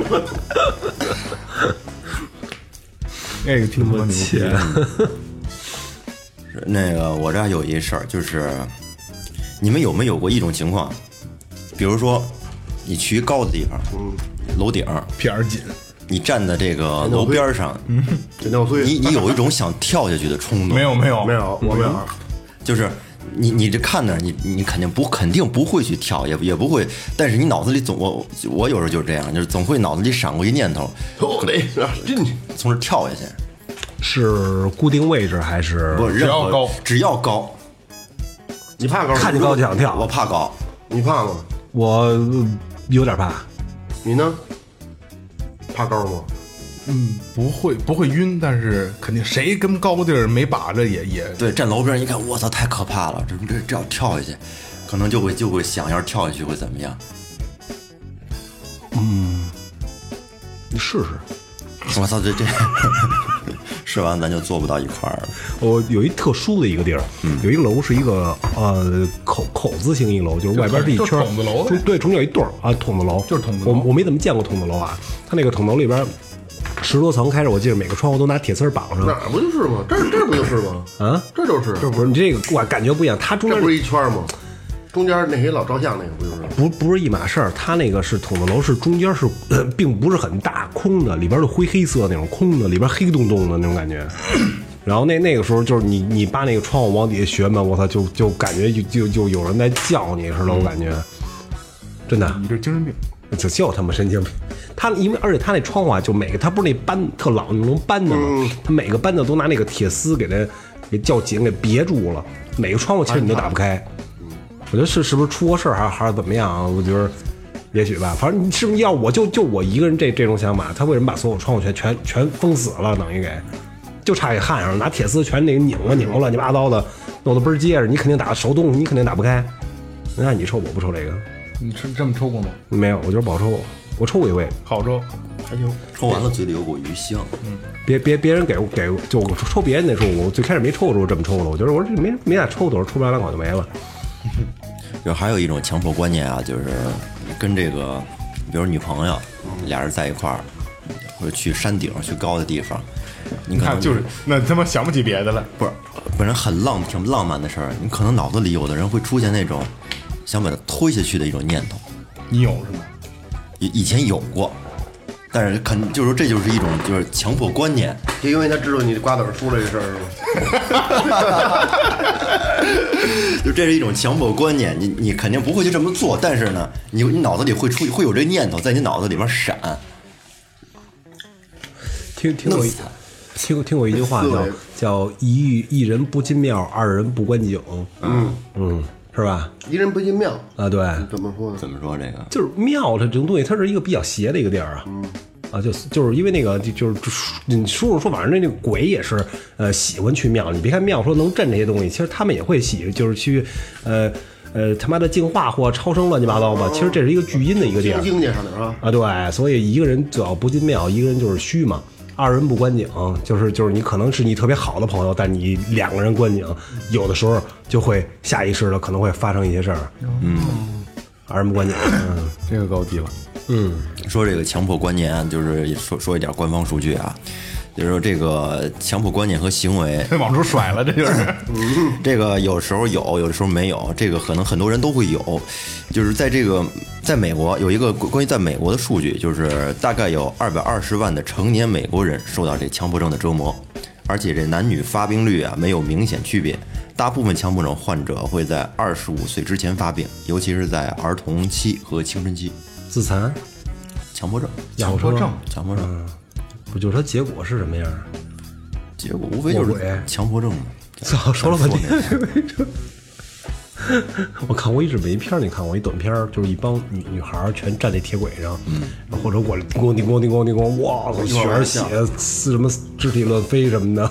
那个挺他妈牛逼的。 那个我这有一事儿，就是你们有没有过一种情况？比如说，你去高的地方，嗯，楼顶屁眼紧， 你站在这个楼边上， 嗯， 你你有一种想跳下去的冲动。 没有没有没有，我没有， 就是你你这看那儿，你你肯定不肯定不会去跳，也也不会，但是你脑子里总我我有时候就是这样，就是总会脑子里闪过一念头， 我得进去， 从这跳下去。 是固定位置还是？ 不， 只要高， 只要高。 你怕高？ 看见高就想跳， 我怕高， 你怕吗？ 我有点怕， 你呢？怕高吗？ 嗯，不会不会晕，但是肯定谁跟高地儿没把着也也对。站楼边一看，我操，太可怕了！这这这要跳下去，可能就会就会想，要是跳下去会怎么样？ 嗯，你试试。 我操，这这试完咱就坐不到一块儿了。 我有一特殊的一个地儿，嗯、有一个楼是一个呃口口字形一楼，就是外边是一圈筒子楼， 对，中间有一对儿啊筒子楼， 就是筒子楼。 我我没怎么见过筒子楼啊，它那个筒楼里边十多层开始，我记得每个窗户都拿铁丝绑上。 哪儿不就是吗？这儿这儿不就是吗？ 啊， 这就是， 这不是你这个我感觉不一样，它中间这不是一圈吗？中间那些老照相那个不就是？ 不不是一码事儿，它那个是筒子楼，是中间是、呃、并不是很大，空的，里边是灰黑色那种空的，里边黑洞洞的那种感觉。然后那那个时候就是你你把那个窗户往底下学嘛，我操，就就感觉就就就有人在叫你似的，我感觉真的。 你这精神病。 就就他妈神经病，他因为而且他那窗户啊，就每个他不是那扳特老那种扳的吗？ 嗯、 他每个扳的都拿那个铁丝给它给较紧，给别住了。每个窗户其实你都打不开。嗯、我觉得是是不是出过事儿，还是还是怎么样啊？我觉得也许吧。反正你是不是要我就就我一个人这这种想法，他为什么把所有窗户全全全封死了？等于给就差给焊上了，拿铁丝全那个拧啊拧乱七八糟的，弄得倍儿结实。你肯定打手动，你肯定打不开。那你抽我不抽这个？ 你吃这么抽过吗？ 没有，我觉得不好抽。我抽过一回， 好抽， 还行。 抽完了嘴里有股余香。 嗯，别别别人给给就我抽别人那时候，我最开始没抽的时候这么抽的，我觉得我说没没咋抽的时候，抽不了两口就没了。 就还有一种强迫观念啊，就是跟这个，比如女朋友，俩人在一块儿，或者去山顶去高的地方，你可能那就是那他妈想不起别的了。 不是，本身很浪挺浪漫的事儿，你可能脑子里有的人会出现那种想把它推下去的一种念头。 你有是吗？ 以以前有过，但是肯就是说这就是一种就是强迫观念， 就因为他知道你瓜子出来这事儿是吗？就这是一种强迫观念，你你肯定不会去这么做，但是呢，你你脑子里会出会有这念头在你脑子里面闪。 听听过一听过听过一句话叫叫一遇一人不进庙，二人不观景。嗯嗯。是吧？ 一人不进庙啊，对， 怎么说呢？ 怎么说这个？ 就是庙它这种东西，它是一个比较邪的一个地儿啊。嗯，啊，就就是因为那个，就就是你叔叔说，反正那那个鬼也是，呃，喜欢去庙。你别看庙说能镇这些东西，其实他们也会喜，就是去，呃呃，他妈的净化或超生乱七八糟吧。其实这是一个聚阴的一个地儿。 经济上的啊啊，对，所以一个人只要不进庙，一个人就是虚嘛。二人不观景，就是就是你可能是你特别好的朋友，但你两个人观景，有的时候就会下意识的可能会发生一些事儿。嗯，二人不观景，嗯， 这个高级了。 嗯， 说这个强迫观念，就是说说一点官方数据啊，就是说这个强迫观念和行为往出甩了，这就是。 这个有时候有，有的时候没有，这个可能很多人都会有。就是在这个在美国有一个关于在美国的数据，就是大概有二百二十万的成年美国人受到这强迫症的折磨，而且这男女发病率啊没有明显区别。大部分强迫症患者会在二十五岁之前发病，尤其是在儿童期和青春期。 自残、 强迫症、 强迫症、 强迫症， 嗯，不就是它结果是什么样？ 结果无非就是强迫症嘛。 操，说了半天。我看过一支美片，你看过一短片，就是一帮女女孩全站在铁轨上，嗯，或者过来叮咣叮咣叮咣叮咣，哇，血儿血，什么肢体乱飞什么的。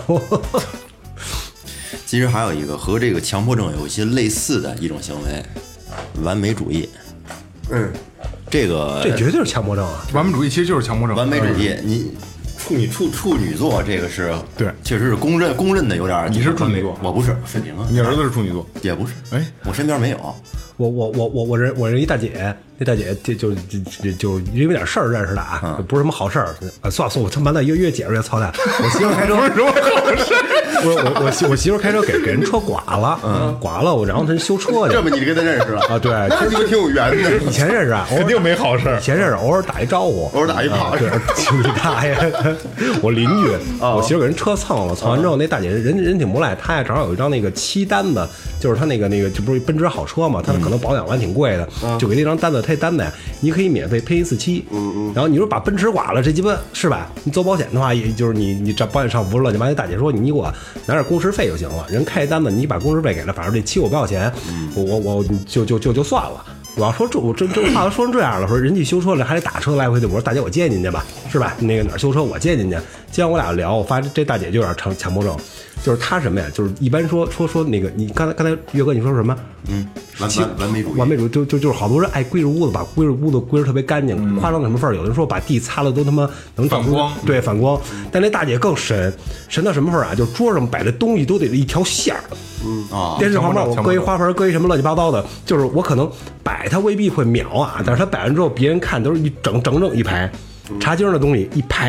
其实还有一个和这个强迫症有一些类似的一种行为，完美主义。 嗯， 这个这绝对是强迫症啊！ 完美主义其实就是强迫症。 完美主义，你处女处处女座这个是对， 确实是公认公认的有点。 你是处女座， 我不是，水瓶啊。 你儿子是处女座， 也不是。 哎， 我身边没有。 我我我我我认我认一大姐，那大姐就就就就就因为点事儿认识的啊，嗯、不是什么好事儿啊。算了算了，我他妈的越越解释越操蛋。我媳妇开车不是什么好事儿。 我我我媳我媳妇开车给给人车剐了，嗯，剐了我，然后她修车去。 这么你跟他认识了啊？对， 那你们挺有缘的。 以前认识啊， 肯定没好事儿。 以前认识，偶尔打一招呼， 偶尔打一炮。 对，你大爷，我邻居，我媳妇给人车蹭了，蹭完之后那大姐人人挺不赖，她呀正好有一张那个漆单子，就是她那个那个就不是奔驰好车嘛，她可能保养完挺贵的，就给那张单子，她单子呀，你可以免费赔一次漆。嗯嗯。然后你说把奔驰剐了，这鸡巴是吧？你走保险的话，也就是你你这保险上不是了，你把那大姐说你给我拿点工时费就行了，人开单子你把工时费给了，反正这漆我不要钱，我我我就就就就算了。我要说这我这这话都说成这样了，说人家修车了还得打车来回的，我说大姐我接您去吧，是吧？那个哪儿修车我接您去。今天我俩聊，我发现这大姐就有点强强迫症，就是她什么呀？就是一般说说说那个，你刚才刚才岳哥你说什么？ 嗯，完完完美主义， 完美主义就就就是好多人爱归置屋子，把归置屋子归置特别干净，夸张到什么份儿？有的人说把地擦了都他妈能反光， 对反光。但那大姐更神，神到什么份儿啊？就是桌上摆的东西都得一条线儿。嗯啊，电视旁边我搁一花盆，搁一什么乱七八糟的，就是我可能摆它未必会秒啊，但是它摆完之后别人看都是一整整整一排，茶几上的东西一排，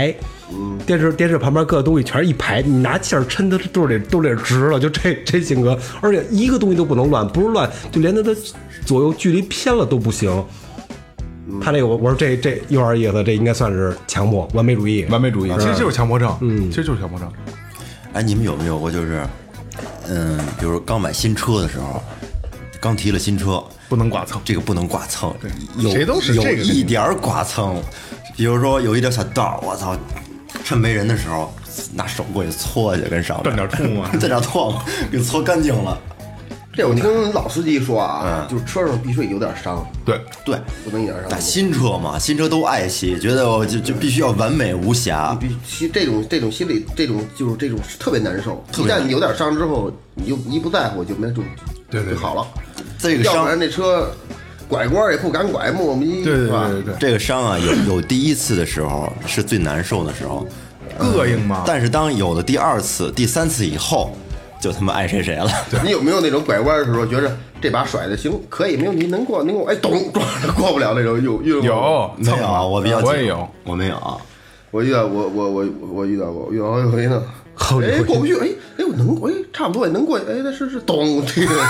电视电视旁边各个东西全是一排，你拿线抻的都是得都得直了，就这这性格，而且一个东西都不能乱，不是乱就连它的左右距离偏了都不行。他这个我我说这这有点意思，这应该算是强迫完美主义， 完美主义，其实就是强迫症， 嗯， 其实就是强迫症。 哎，你们有没有过就是，嗯，比如刚买新车的时候，刚提了新车， 不能剐蹭， 这个不能剐蹭，有谁都是这个有一点剐蹭，比如说有一点小道，我操，趁没人的时候拿手过去搓去，跟上面蘸点痛啊， 蘸点痛，给搓干净了。 这我听老司机说啊，就是车上必须有点伤， 对对， 不能一点伤。 那新车嘛，新车都爱惜，觉得我就就必须要完美无瑕。 必须这种这种心理，这种就是这种特别难受。一旦你有点伤之后，你就一不在乎就没就对对就好了。 这个伤， 要不然这车拐弯也不敢拐，磨磨唧唧， 对对是吧？ 对对对， 这个伤啊，有有第一次的时候是最难受的时候， 膈应嘛。 但是当有了第二次、第三次以后，就他妈爱谁谁了。 你有没有那种拐弯的时候觉着这把甩的行，可以没问题，能过能过，哎，咚撞着过不了那种，有有有没有啊？我比较我也有， 我没有啊。 我遇到我我我我遇到过，遇到好几回呢。 好几回哎，过不去，哎哎，我能过，哎，差不多也能过，哎，那是是咚这个。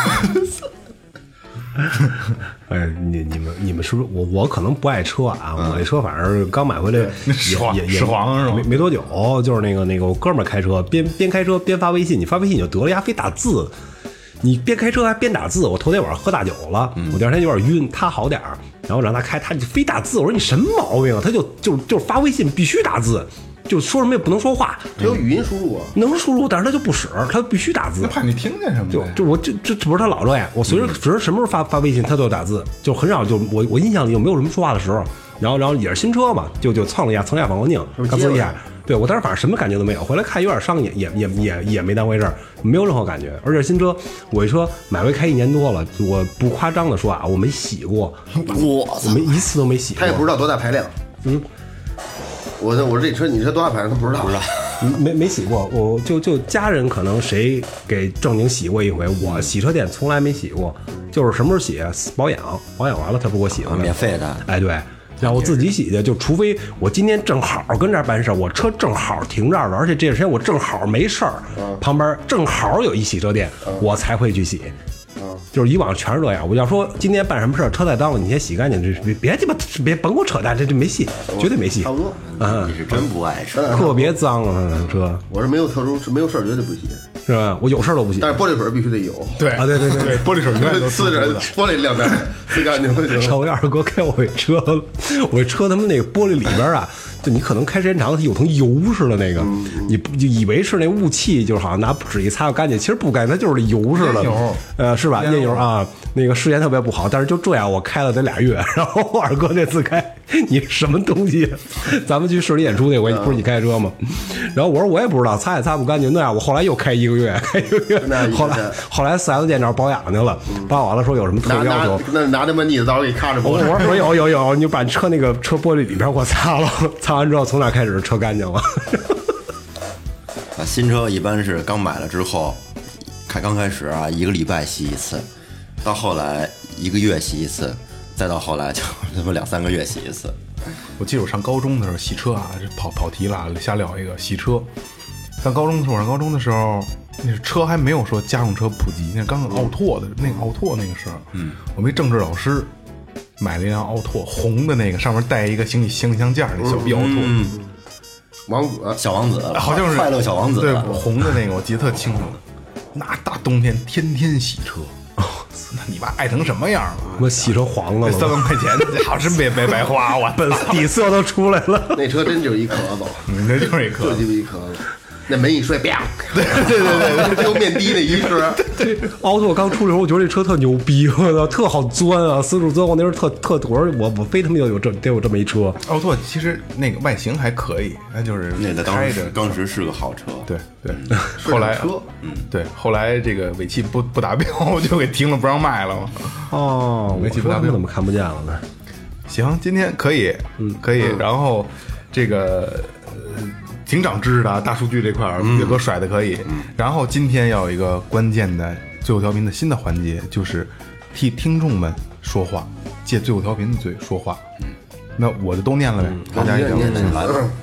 哎，你你们你们是不是我我可能不爱车啊？我这车反正刚买回来始皇也也始皇是吧没没多久，就是那个那个我哥们儿开车，边边开车边发微信，你发微信你就得了呀，非打字。你边开车还边打字，我头天晚上喝大酒了，我第二天有点晕，他好点儿，然后让他开，他就非打字，我说你什么毛病啊？他就就就发微信必须打字，就说什么也不能说话， 只有语音输入啊， 能输入，但是他就不使，他必须打字。 那怕你听见什么就呗？ 就我这这这不是他老这样，我随时随时什么时候发发微信他都有打字，就很少就我我印象里就没有什么说话的时候。然后然后也是新车嘛，就就蹭了一下蹭一下反光镜，刚呲一下。对我当时反正什么感觉都没有，回来看有点伤，也也也也也没当回事儿，没有任何感觉。而且新车我这车买回开一年多了，我不夸张的说啊，我没洗过， 我我没一次都没洗过。 他也不知道多大排量。 嗯， 我我说这车你车多大排量他不知道，不知道。 没没洗过，我就就家人可能谁给正经洗过一回，我洗车店从来没洗过，就是什么时候洗保养，保养完了他不给我洗了， 免费的。 哎对。让我自己洗去，就除非我今天正好跟这儿办事儿，我车正好停这儿了，而且这段时间我正好没事儿，旁边正好有一洗车店，我才会去洗。就是以往全是这样，我要说今天办什么事儿，车太脏了，你先洗干净，这别别鸡巴别甭给我扯淡，这这没戏，绝对没戏。 差不多。 你是真不爱车， 特别脏了车。 我是没有特殊，是没有事儿绝对不洗， 是吧？我有事儿都不洗。 但是玻璃水必须得有。 对啊，对对对对，玻璃水永远都呲着玻璃亮面，呲干净就行。 超二哥开我这车，我这车他妈那个玻璃里边啊，就你可能开时间长了，它有层油似的那个，你就以为是那雾气，就是好像拿纸一擦就干净，其实不干净，它就是油似的。 油， 呃，是吧？烟油啊，那个视线特别不好，但是就这样，我开了得俩月，然后二哥这次开，你什么东西？咱们去市里演出那回，不是你开车吗？然后我说我也不知道，擦也擦不干净，那样我后来又开一个月，开一个月，后来后来四 S 店那儿保养去了，保养完了说有什么特拿拿别要求。 那拿那么腻子刀给看着我。 我我说有有有，你把车那个车玻璃里边给我擦了，擦完之后从那开始车干净了。 啊，新车一般是刚买了之后，开刚开始啊一个礼拜洗一次，到后来一个月洗一次，再到后来就他妈两三个月洗一次。 我记得我上高中的时候洗车啊，这跑跑题了啊，瞎聊一个洗车。上高中的时候，我上高中的时候，那是车还没有说家用车普及，那刚刚奥拓的那个奥拓那个时候，嗯，我们一政治老师买了一辆奥拓红的那个，上面带一个行李行李箱架那小逼奥拓， 嗯， 王子小王子， 好像是快乐小王子， 对，红的那个我记得特清楚。那大冬天天天洗车，那你妈爱成什么样了？ 我洗成黄了， 三万块钱，这好真别别白花，我本底色都出来了。 那车真就是一壳子， 你这就是一颗就，就一壳子。那门一摔，啪！对对对对，就面的那一声。 对，奥拓刚出的时候，我觉得这车特牛逼，我操，特好钻啊，四处钻。我那时候特特，我说我我非他妈要有这得有这么一车。 奥拓其实那个外形还可以，那就是那个当开着时当时是个好车。 对对，后来车， 嗯，对，后来这个尾气不不达标，就给停了，不让卖了嘛。 哦， 尾气不达标怎么看不见了呢？ 行，今天可以，嗯，可以。然后这个呃挺长知识的啊，大数据这块儿岳哥甩的可以。然后今天要有一个关键的最后调频的新的环节，就是替听众们说话，借最后调频的嘴说话。那我就都念了呗，大家一定要念念来了。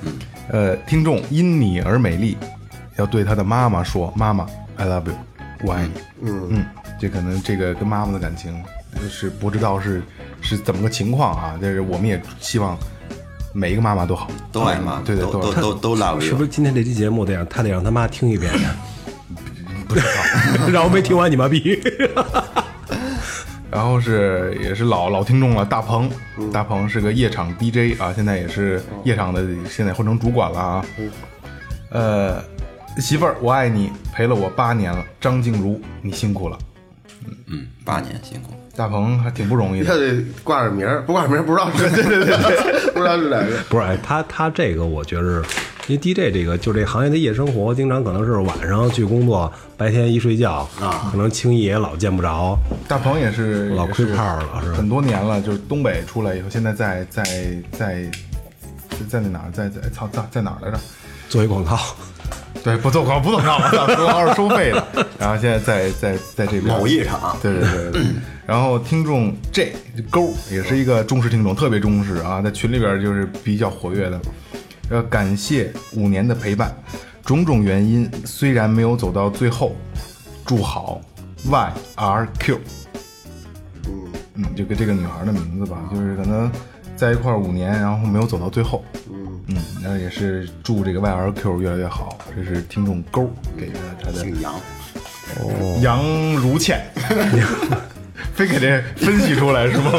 呃，听众因你而美丽，要对他的妈妈说：“妈妈 ，I love you， 我爱你。”嗯嗯，这可能这个跟妈妈的感情是不知道是是怎么个情况啊？但是我们也希望每一个妈妈都好， 都爱妈， 对对， 都都都都 love you。 是不是今天这期节目得让他得让他妈听一遍呀？不知道，让我没听完你妈逼。 然后是也是老老听众了，大鹏，大鹏是个夜场 D J 啊，现在也是夜场的，现在换成主管了啊。呃，媳妇儿，我爱你，陪了我八年了，张静茹，你辛苦了。 嗯，八年辛苦。 大鹏还挺不容易的， 他得挂着名儿，不挂着名儿不知道是对对对对，不知道是哪个。 不是，哎，他他这个我觉得，因为 D J 这个就这行业的夜生活，经常可能是晚上去工作，白天一睡觉啊，可能轻易也老见不着。 大鹏也是老亏炮了，是很多年了，就是东北出来以后，现在在在在在那哪儿，在在操在在哪儿来着？ 做一广告。 对，不做广告，不做广告，做广告是收费的。然后现在在在在这边某夜场， 对对对对。然后听众 J 勾也是一个忠实听众，特别忠实啊，在群里边就是比较活跃的。要感谢五年的陪伴，种种原因虽然没有走到最后，祝好 Y R Q。嗯嗯，就跟这个女孩的名字吧，就是可能在一块五年，然后没有走到最后。嗯，然后也是祝这个 Y R Q 越来越好。这是听众勾给的他的姓杨， 哦，杨如倩，非给这分析出来是吗？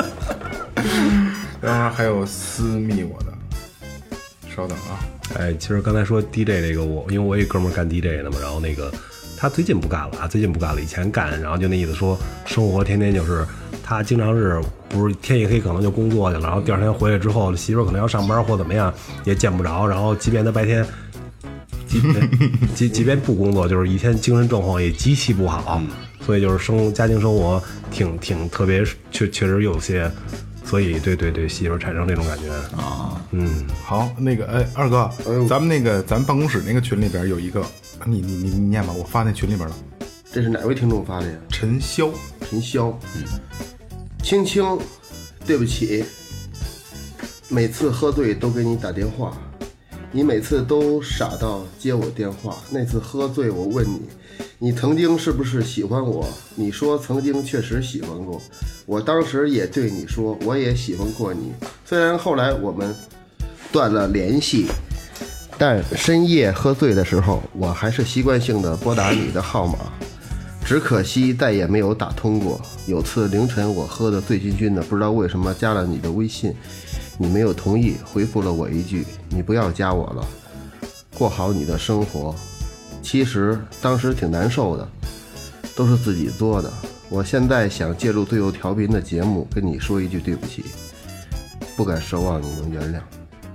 然后还有私密我的，稍等啊。 哎，其实刚才说 D J 这个我，因为我一哥们儿干 D J 的嘛，然后那个他最近不干了啊，最近不干了，以前干，然后就那意思说生活天天就是他经常是不是天一黑可能就工作去了，然后第二天回来之后媳妇儿可能要上班或怎么样也见不着，然后即便他白天即即即便不工作，就是一天精神状况也极其不好，嗯、所以就是生家庭生活挺挺特别，确确实有些，所以对对对媳妇儿产生这种感觉啊，嗯， 好，那个哎二哥，咱们那个咱们办公室那个群里边有一个，你你你你念吧，我发那群里边了。 这是哪位听众发的呀？ 陈潇， 陈潇，嗯，青青，对不起，每次喝醉都给你打电话，你每次都傻到接我电话。那次喝醉我问你，你曾经是不是喜欢我？你说曾经确实喜欢过，我当时也对你说我也喜欢过你。虽然后来我们断了联系，但深夜喝醉的时候，我还是习惯性的拨打你的号码。只可惜再也没有打通过。有次凌晨我喝得醉醺醺的，不知道为什么加了你的微信，你没有同意，回复了我一句你不要加我了，过好你的生活。其实当时挺难受的，都是自己做的。我现在想借助最后调频的节目跟你说一句对不起，不敢奢望你能原谅。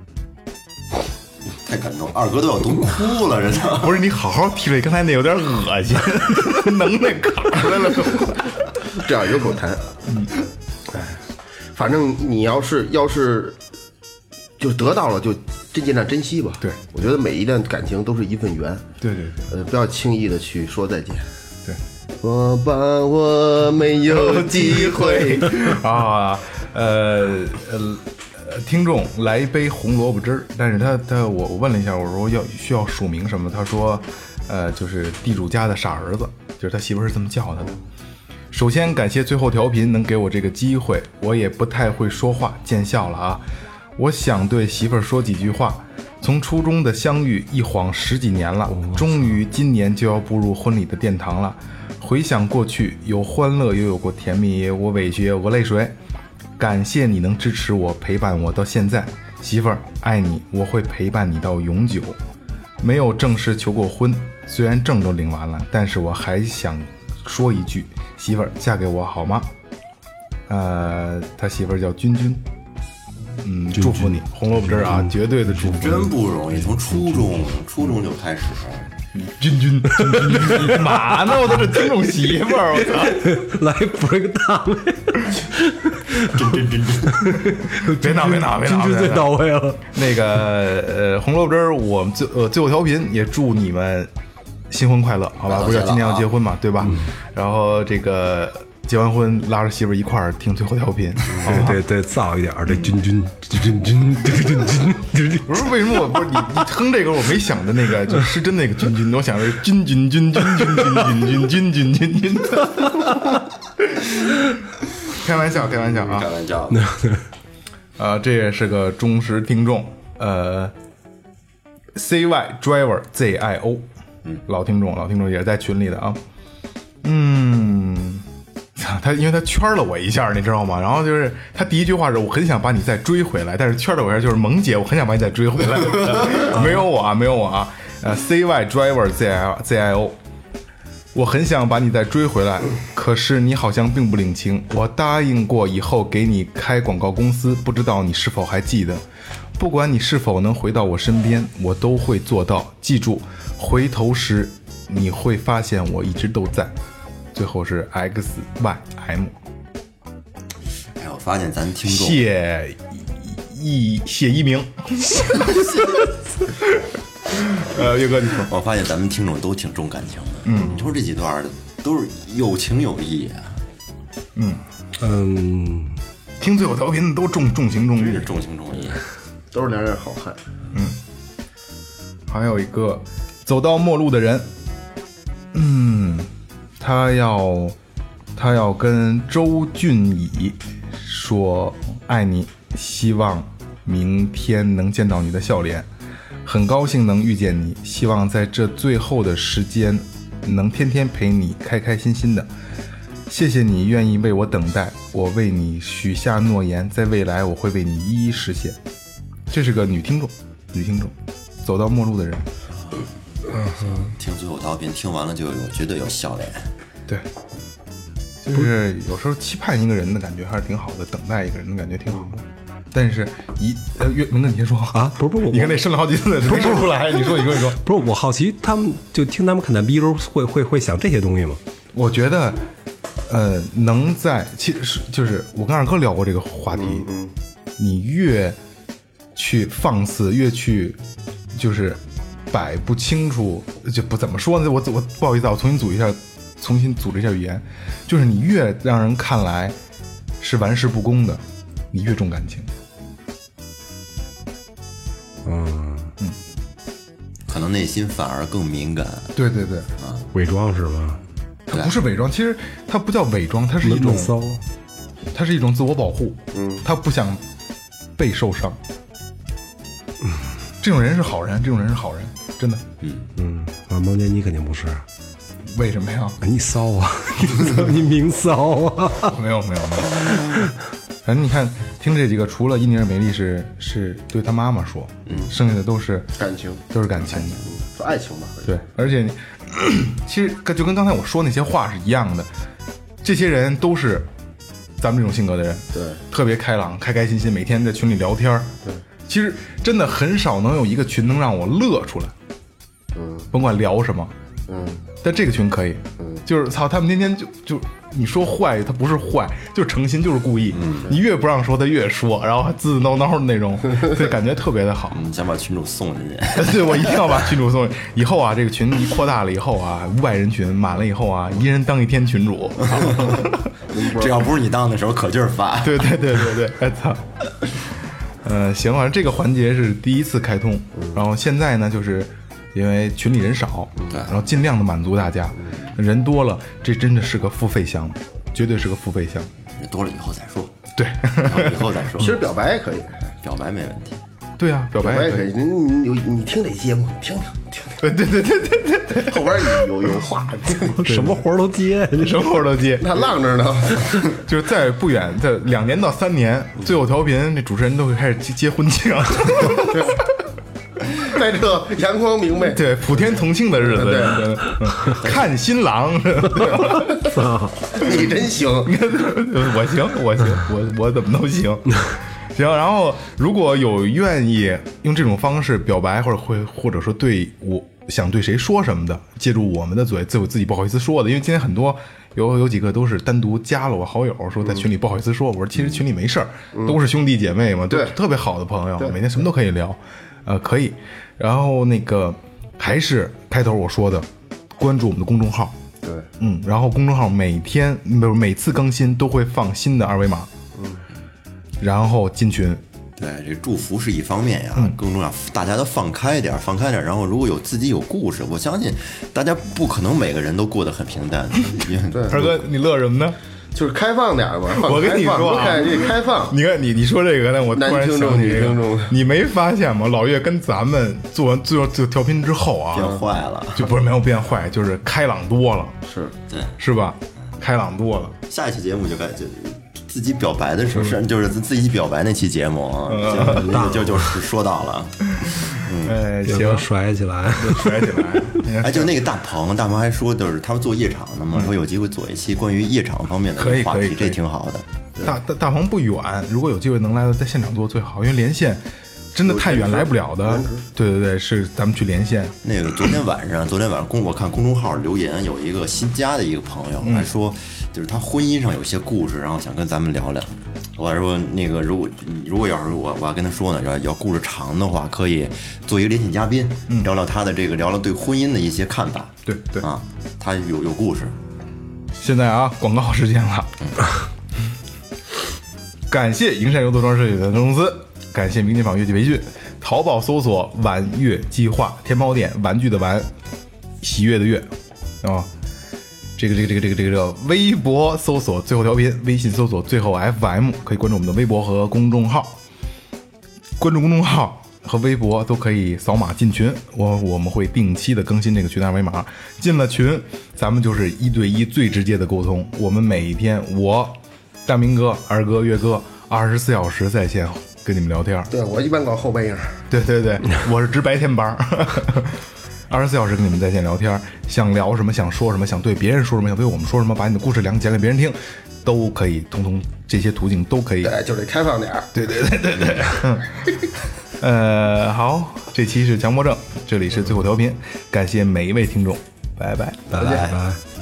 太感动，二哥都要读哭了，这就不是你好好提了，刚才那有点恶心，能耐卡出来了都， 这样有口痰。嗯，哎，反正你要是要是就得到了，就真尽量珍惜吧。 对， 我觉得每一段感情都是一份缘。 对对对， 呃，不要轻易的去说再见。 对， 我把我没有机会啊，呃呃。听众来一杯红萝卜汁儿，但是他他我我问了一下，我说要需要署名什么？他说，呃，就是地主家的傻儿子，就是他媳妇是这么叫他的。首先感谢最后调频能给我这个机会，我也不太会说话，见笑了啊。我想对媳妇说几句话。从初中的相遇一晃十几年了，终于今年就要步入婚礼的殿堂了。回想过去，有欢乐，又有过甜蜜，也有过委屈，也有过泪水。感谢你能支持我，陪伴我到现在，媳妇儿爱你，我会陪伴你到永久。没有正式求过婚，虽然证都领完了，但是我还想说一句，媳妇儿嫁给我好吗？呃，他媳妇儿叫君君，嗯，祝福你，红萝卜汁啊，绝对的祝福。 真不容易，从初中初中就开始。 君君，君君，嘛呢？我都是听众媳妇儿，我操！来补一个大位， 真真真真， 别闹别闹别闹， 君君最到位了。 那个呃，红萝卜汁儿，我们最呃最后调频也祝你们新婚快乐，好吧？不是今年要结婚嘛，对吧？嗯、然后这个结完婚拉着媳妇儿一块儿听最后调频， 对对对，燥一点儿，这君君君君君君君， 不是为什么我不是你你哼这个我没想的那个就是真那个君君，我想的是君君君君君君君君君君君，开玩笑开玩笑啊， 开玩笑， 啊，这也是个忠实听众，呃 ，C Y Driver Z I O， 嗯，老听众老听众也是在群里的啊，嗯。他因为他圈了我一下，你知道吗？然后就是他第一句话是我很想把你再追回来，但是圈了我一下就是萌姐，我很想把你再追回来。没有我啊，没有我啊。呃 ，C Y Driver Z I Z I O， 我很想把你再追回来，可是你好像并不领情。我答应过以后给你开广告公司，不知道你是否还记得？不管你是否能回到我身边，我都会做到。记住，回头时你会发现我一直都在。最后是 X Y M， 哎，我发现咱听众谢一谢一鸣，呃，岳哥你说， 我发现咱们听众都挺重感情的，嗯，你说这几段都是有情有义啊， 嗯嗯， 听最后调频的都重重情重义真是，重情重义， 都是良人好汉。 还有一个走到末路的人，嗯。他要，他要跟周俊乙说爱你，希望明天能见到你的笑脸，很高兴能遇见你，希望在这最后的时间能天天陪你开开心心的。谢谢你愿意为我等待，我为你许下诺言，在未来我会为你一一实现。这是个女听众，女听众，走到末路的人。 听最后调频，听完了就有绝对有笑脸。 对，就是有时候期盼一个人的感觉还是挺好的，等待一个人的感觉挺好的。但是一呃，岳明哥，你先说啊，不是不是， 你看那生了好几次，没说出来，你说你说你说， 不是我好奇，他们就听他们看蛋逼时候会会会想这些东西吗？ 我觉得，呃，能在其实就是我跟二哥聊过这个话题，嗯、你越去放肆，越去就是摆不清楚，就不怎么说呢？我我不好意思啊，我重新组一下，重新组织一下语言，就是你越让人看来是玩世不恭的，你越重感情。 嗯嗯， 可能内心反而更敏感。 对对对， 啊， 伪装是吗？ 它不是伪装，其实它不叫伪装，它是一种骚， 它是一种自我保护。嗯，他不想被受伤。嗯，这种人是好人，这种人是好人，真的。 嗯嗯，啊，萌姐你肯定不是， 为什么呀？ 你骚啊，你明骚啊？ 没有没有没有。反正你看，听这几个，除了伊尼尔梅丽是是对他妈妈说，嗯，剩下的都是感情， 都是感情的， 说爱情吧。 对，而且你其实就跟刚才我说那些话是一样的，这些人都是咱们这种性格的人， 对， 特别开朗，开开心心，每天在群里聊天， 对， 其实真的很少能有一个群能让我乐出来， 嗯， 甭管聊什么， 嗯， 但这个群可以， 嗯，就是操，他们天天就就你说坏，他不是坏，就是诚心，就是故意，嗯，你越不让说，他越说，然后还自自挠挠的那种，对，感觉特别的好。 你想把群主送进去？ 对，我一定要把群主送。以后啊，这个群一扩大了以后啊，五百人群满了以后啊，一人当一天群主。 这要不是你当的时候，可劲儿发。 对对对对对，哎操！呃，行，反正这个环节是第一次开通，然后现在呢，就是因为群里人少， 对， 然后尽量的满足大家，人多了，这真的是个付费项目，绝对是个付费项目。 多了以后再说， 对， 以后再说。 其实表白也可以， 表白没问题。 对啊，表白也可以。你你有你听这节目，你听听听听。 对对对对对对， 后边有有话， 什么活都接， 什么活都接。 他浪着呢。 就是在不远，在两年到三年，最后调频那主持人都会开始接接婚庆。 在这阳光明媚、 对普天同庆的日子， 对， 看新郎， 你真行， 我行，我行，我我怎么都行。行，然后如果有愿意用这种方式表白，或者会或者说对我想对谁说什么的，借助我们的嘴，自我自己不好意思说的，因为今天很多有有几个都是单独加了我好友，说在群里不好意思说，我说其实群里没事儿，都是兄弟姐妹嘛，都特别好的朋友，每天什么都可以聊，呃，可以。然后那个还是开头我说的，关注我们的公众号， 对， 嗯，然后公众号每天不是每次更新都会放新的二维码，嗯，然后进群。 对，这祝福是一方面呀，嗯、更重要，大家都放开点，放开点。然后，如果有自己有故事，我相信大家不可能每个人都过得很平淡。 对，二哥，你乐什么呢？ 就是开放点吧。 我跟你说啊，你开放。 你看，你你说这个，那我突然想起这个，你没发现吗？老岳跟咱们做完最后这个调频之后啊， 变坏了， 就不是没有变坏，就是开朗多了， 是对， 是吧？开朗多了。 下一期节目就该就。自己表白的时候，是就是自己表白那期节目啊，就就就是说到了， 嗯，哎，行， 甩起来， 甩起来。 哎，就那个大鹏，大鹏还说，就是他们做夜场的嘛，说有机会做一期关于夜场方面的话题，这挺好的。 大大大鹏不远，如果有机会能来到在现场做最好，因为连线真的太远来不了的。对对对，是咱们去连线。 那个昨天晚上，昨天晚上公我看公众号留言，有一个新加的一个朋友还说。就是他婚姻上有些故事，然后想跟咱们聊聊。我还说那个，如果如果要是我，我要跟他说呢，要要故事长的话，可以做一个连线嘉宾，嗯、聊聊他的这个，聊聊对婚姻的一些看法。 对对啊，他有有故事。 现在啊，广告时间了。嗯、感谢营山游多装饰有限公司，感谢明琴坊乐器培训，淘宝搜索“玩乐计划”，天猫店玩具的玩，喜悦的悦，啊。这个这个这个这个这个这个微博搜索最后调频，微信搜索最后 F M， 可以关注我们的微博和公众号，关注公众号和微博都可以扫码进群，我我们会定期的更新这个群二维码，进了群咱们就是一对一最直接的沟通，我们每一天我大明哥二哥岳哥二十四小时在线跟你们聊天。 对，我一般搞后半夜。 对对对，我是值白天班。二十四小时跟你们在线聊天，想聊什么，想说什么，想对别人说什么，想对我们说什么，把你的故事讲讲给别人听，都可以，通通这些途径都可以。 对，就得开放点。 对对对对对。呃，好，这期是强迫症，这里是最后调频，感谢每一位听众，拜拜， 拜拜。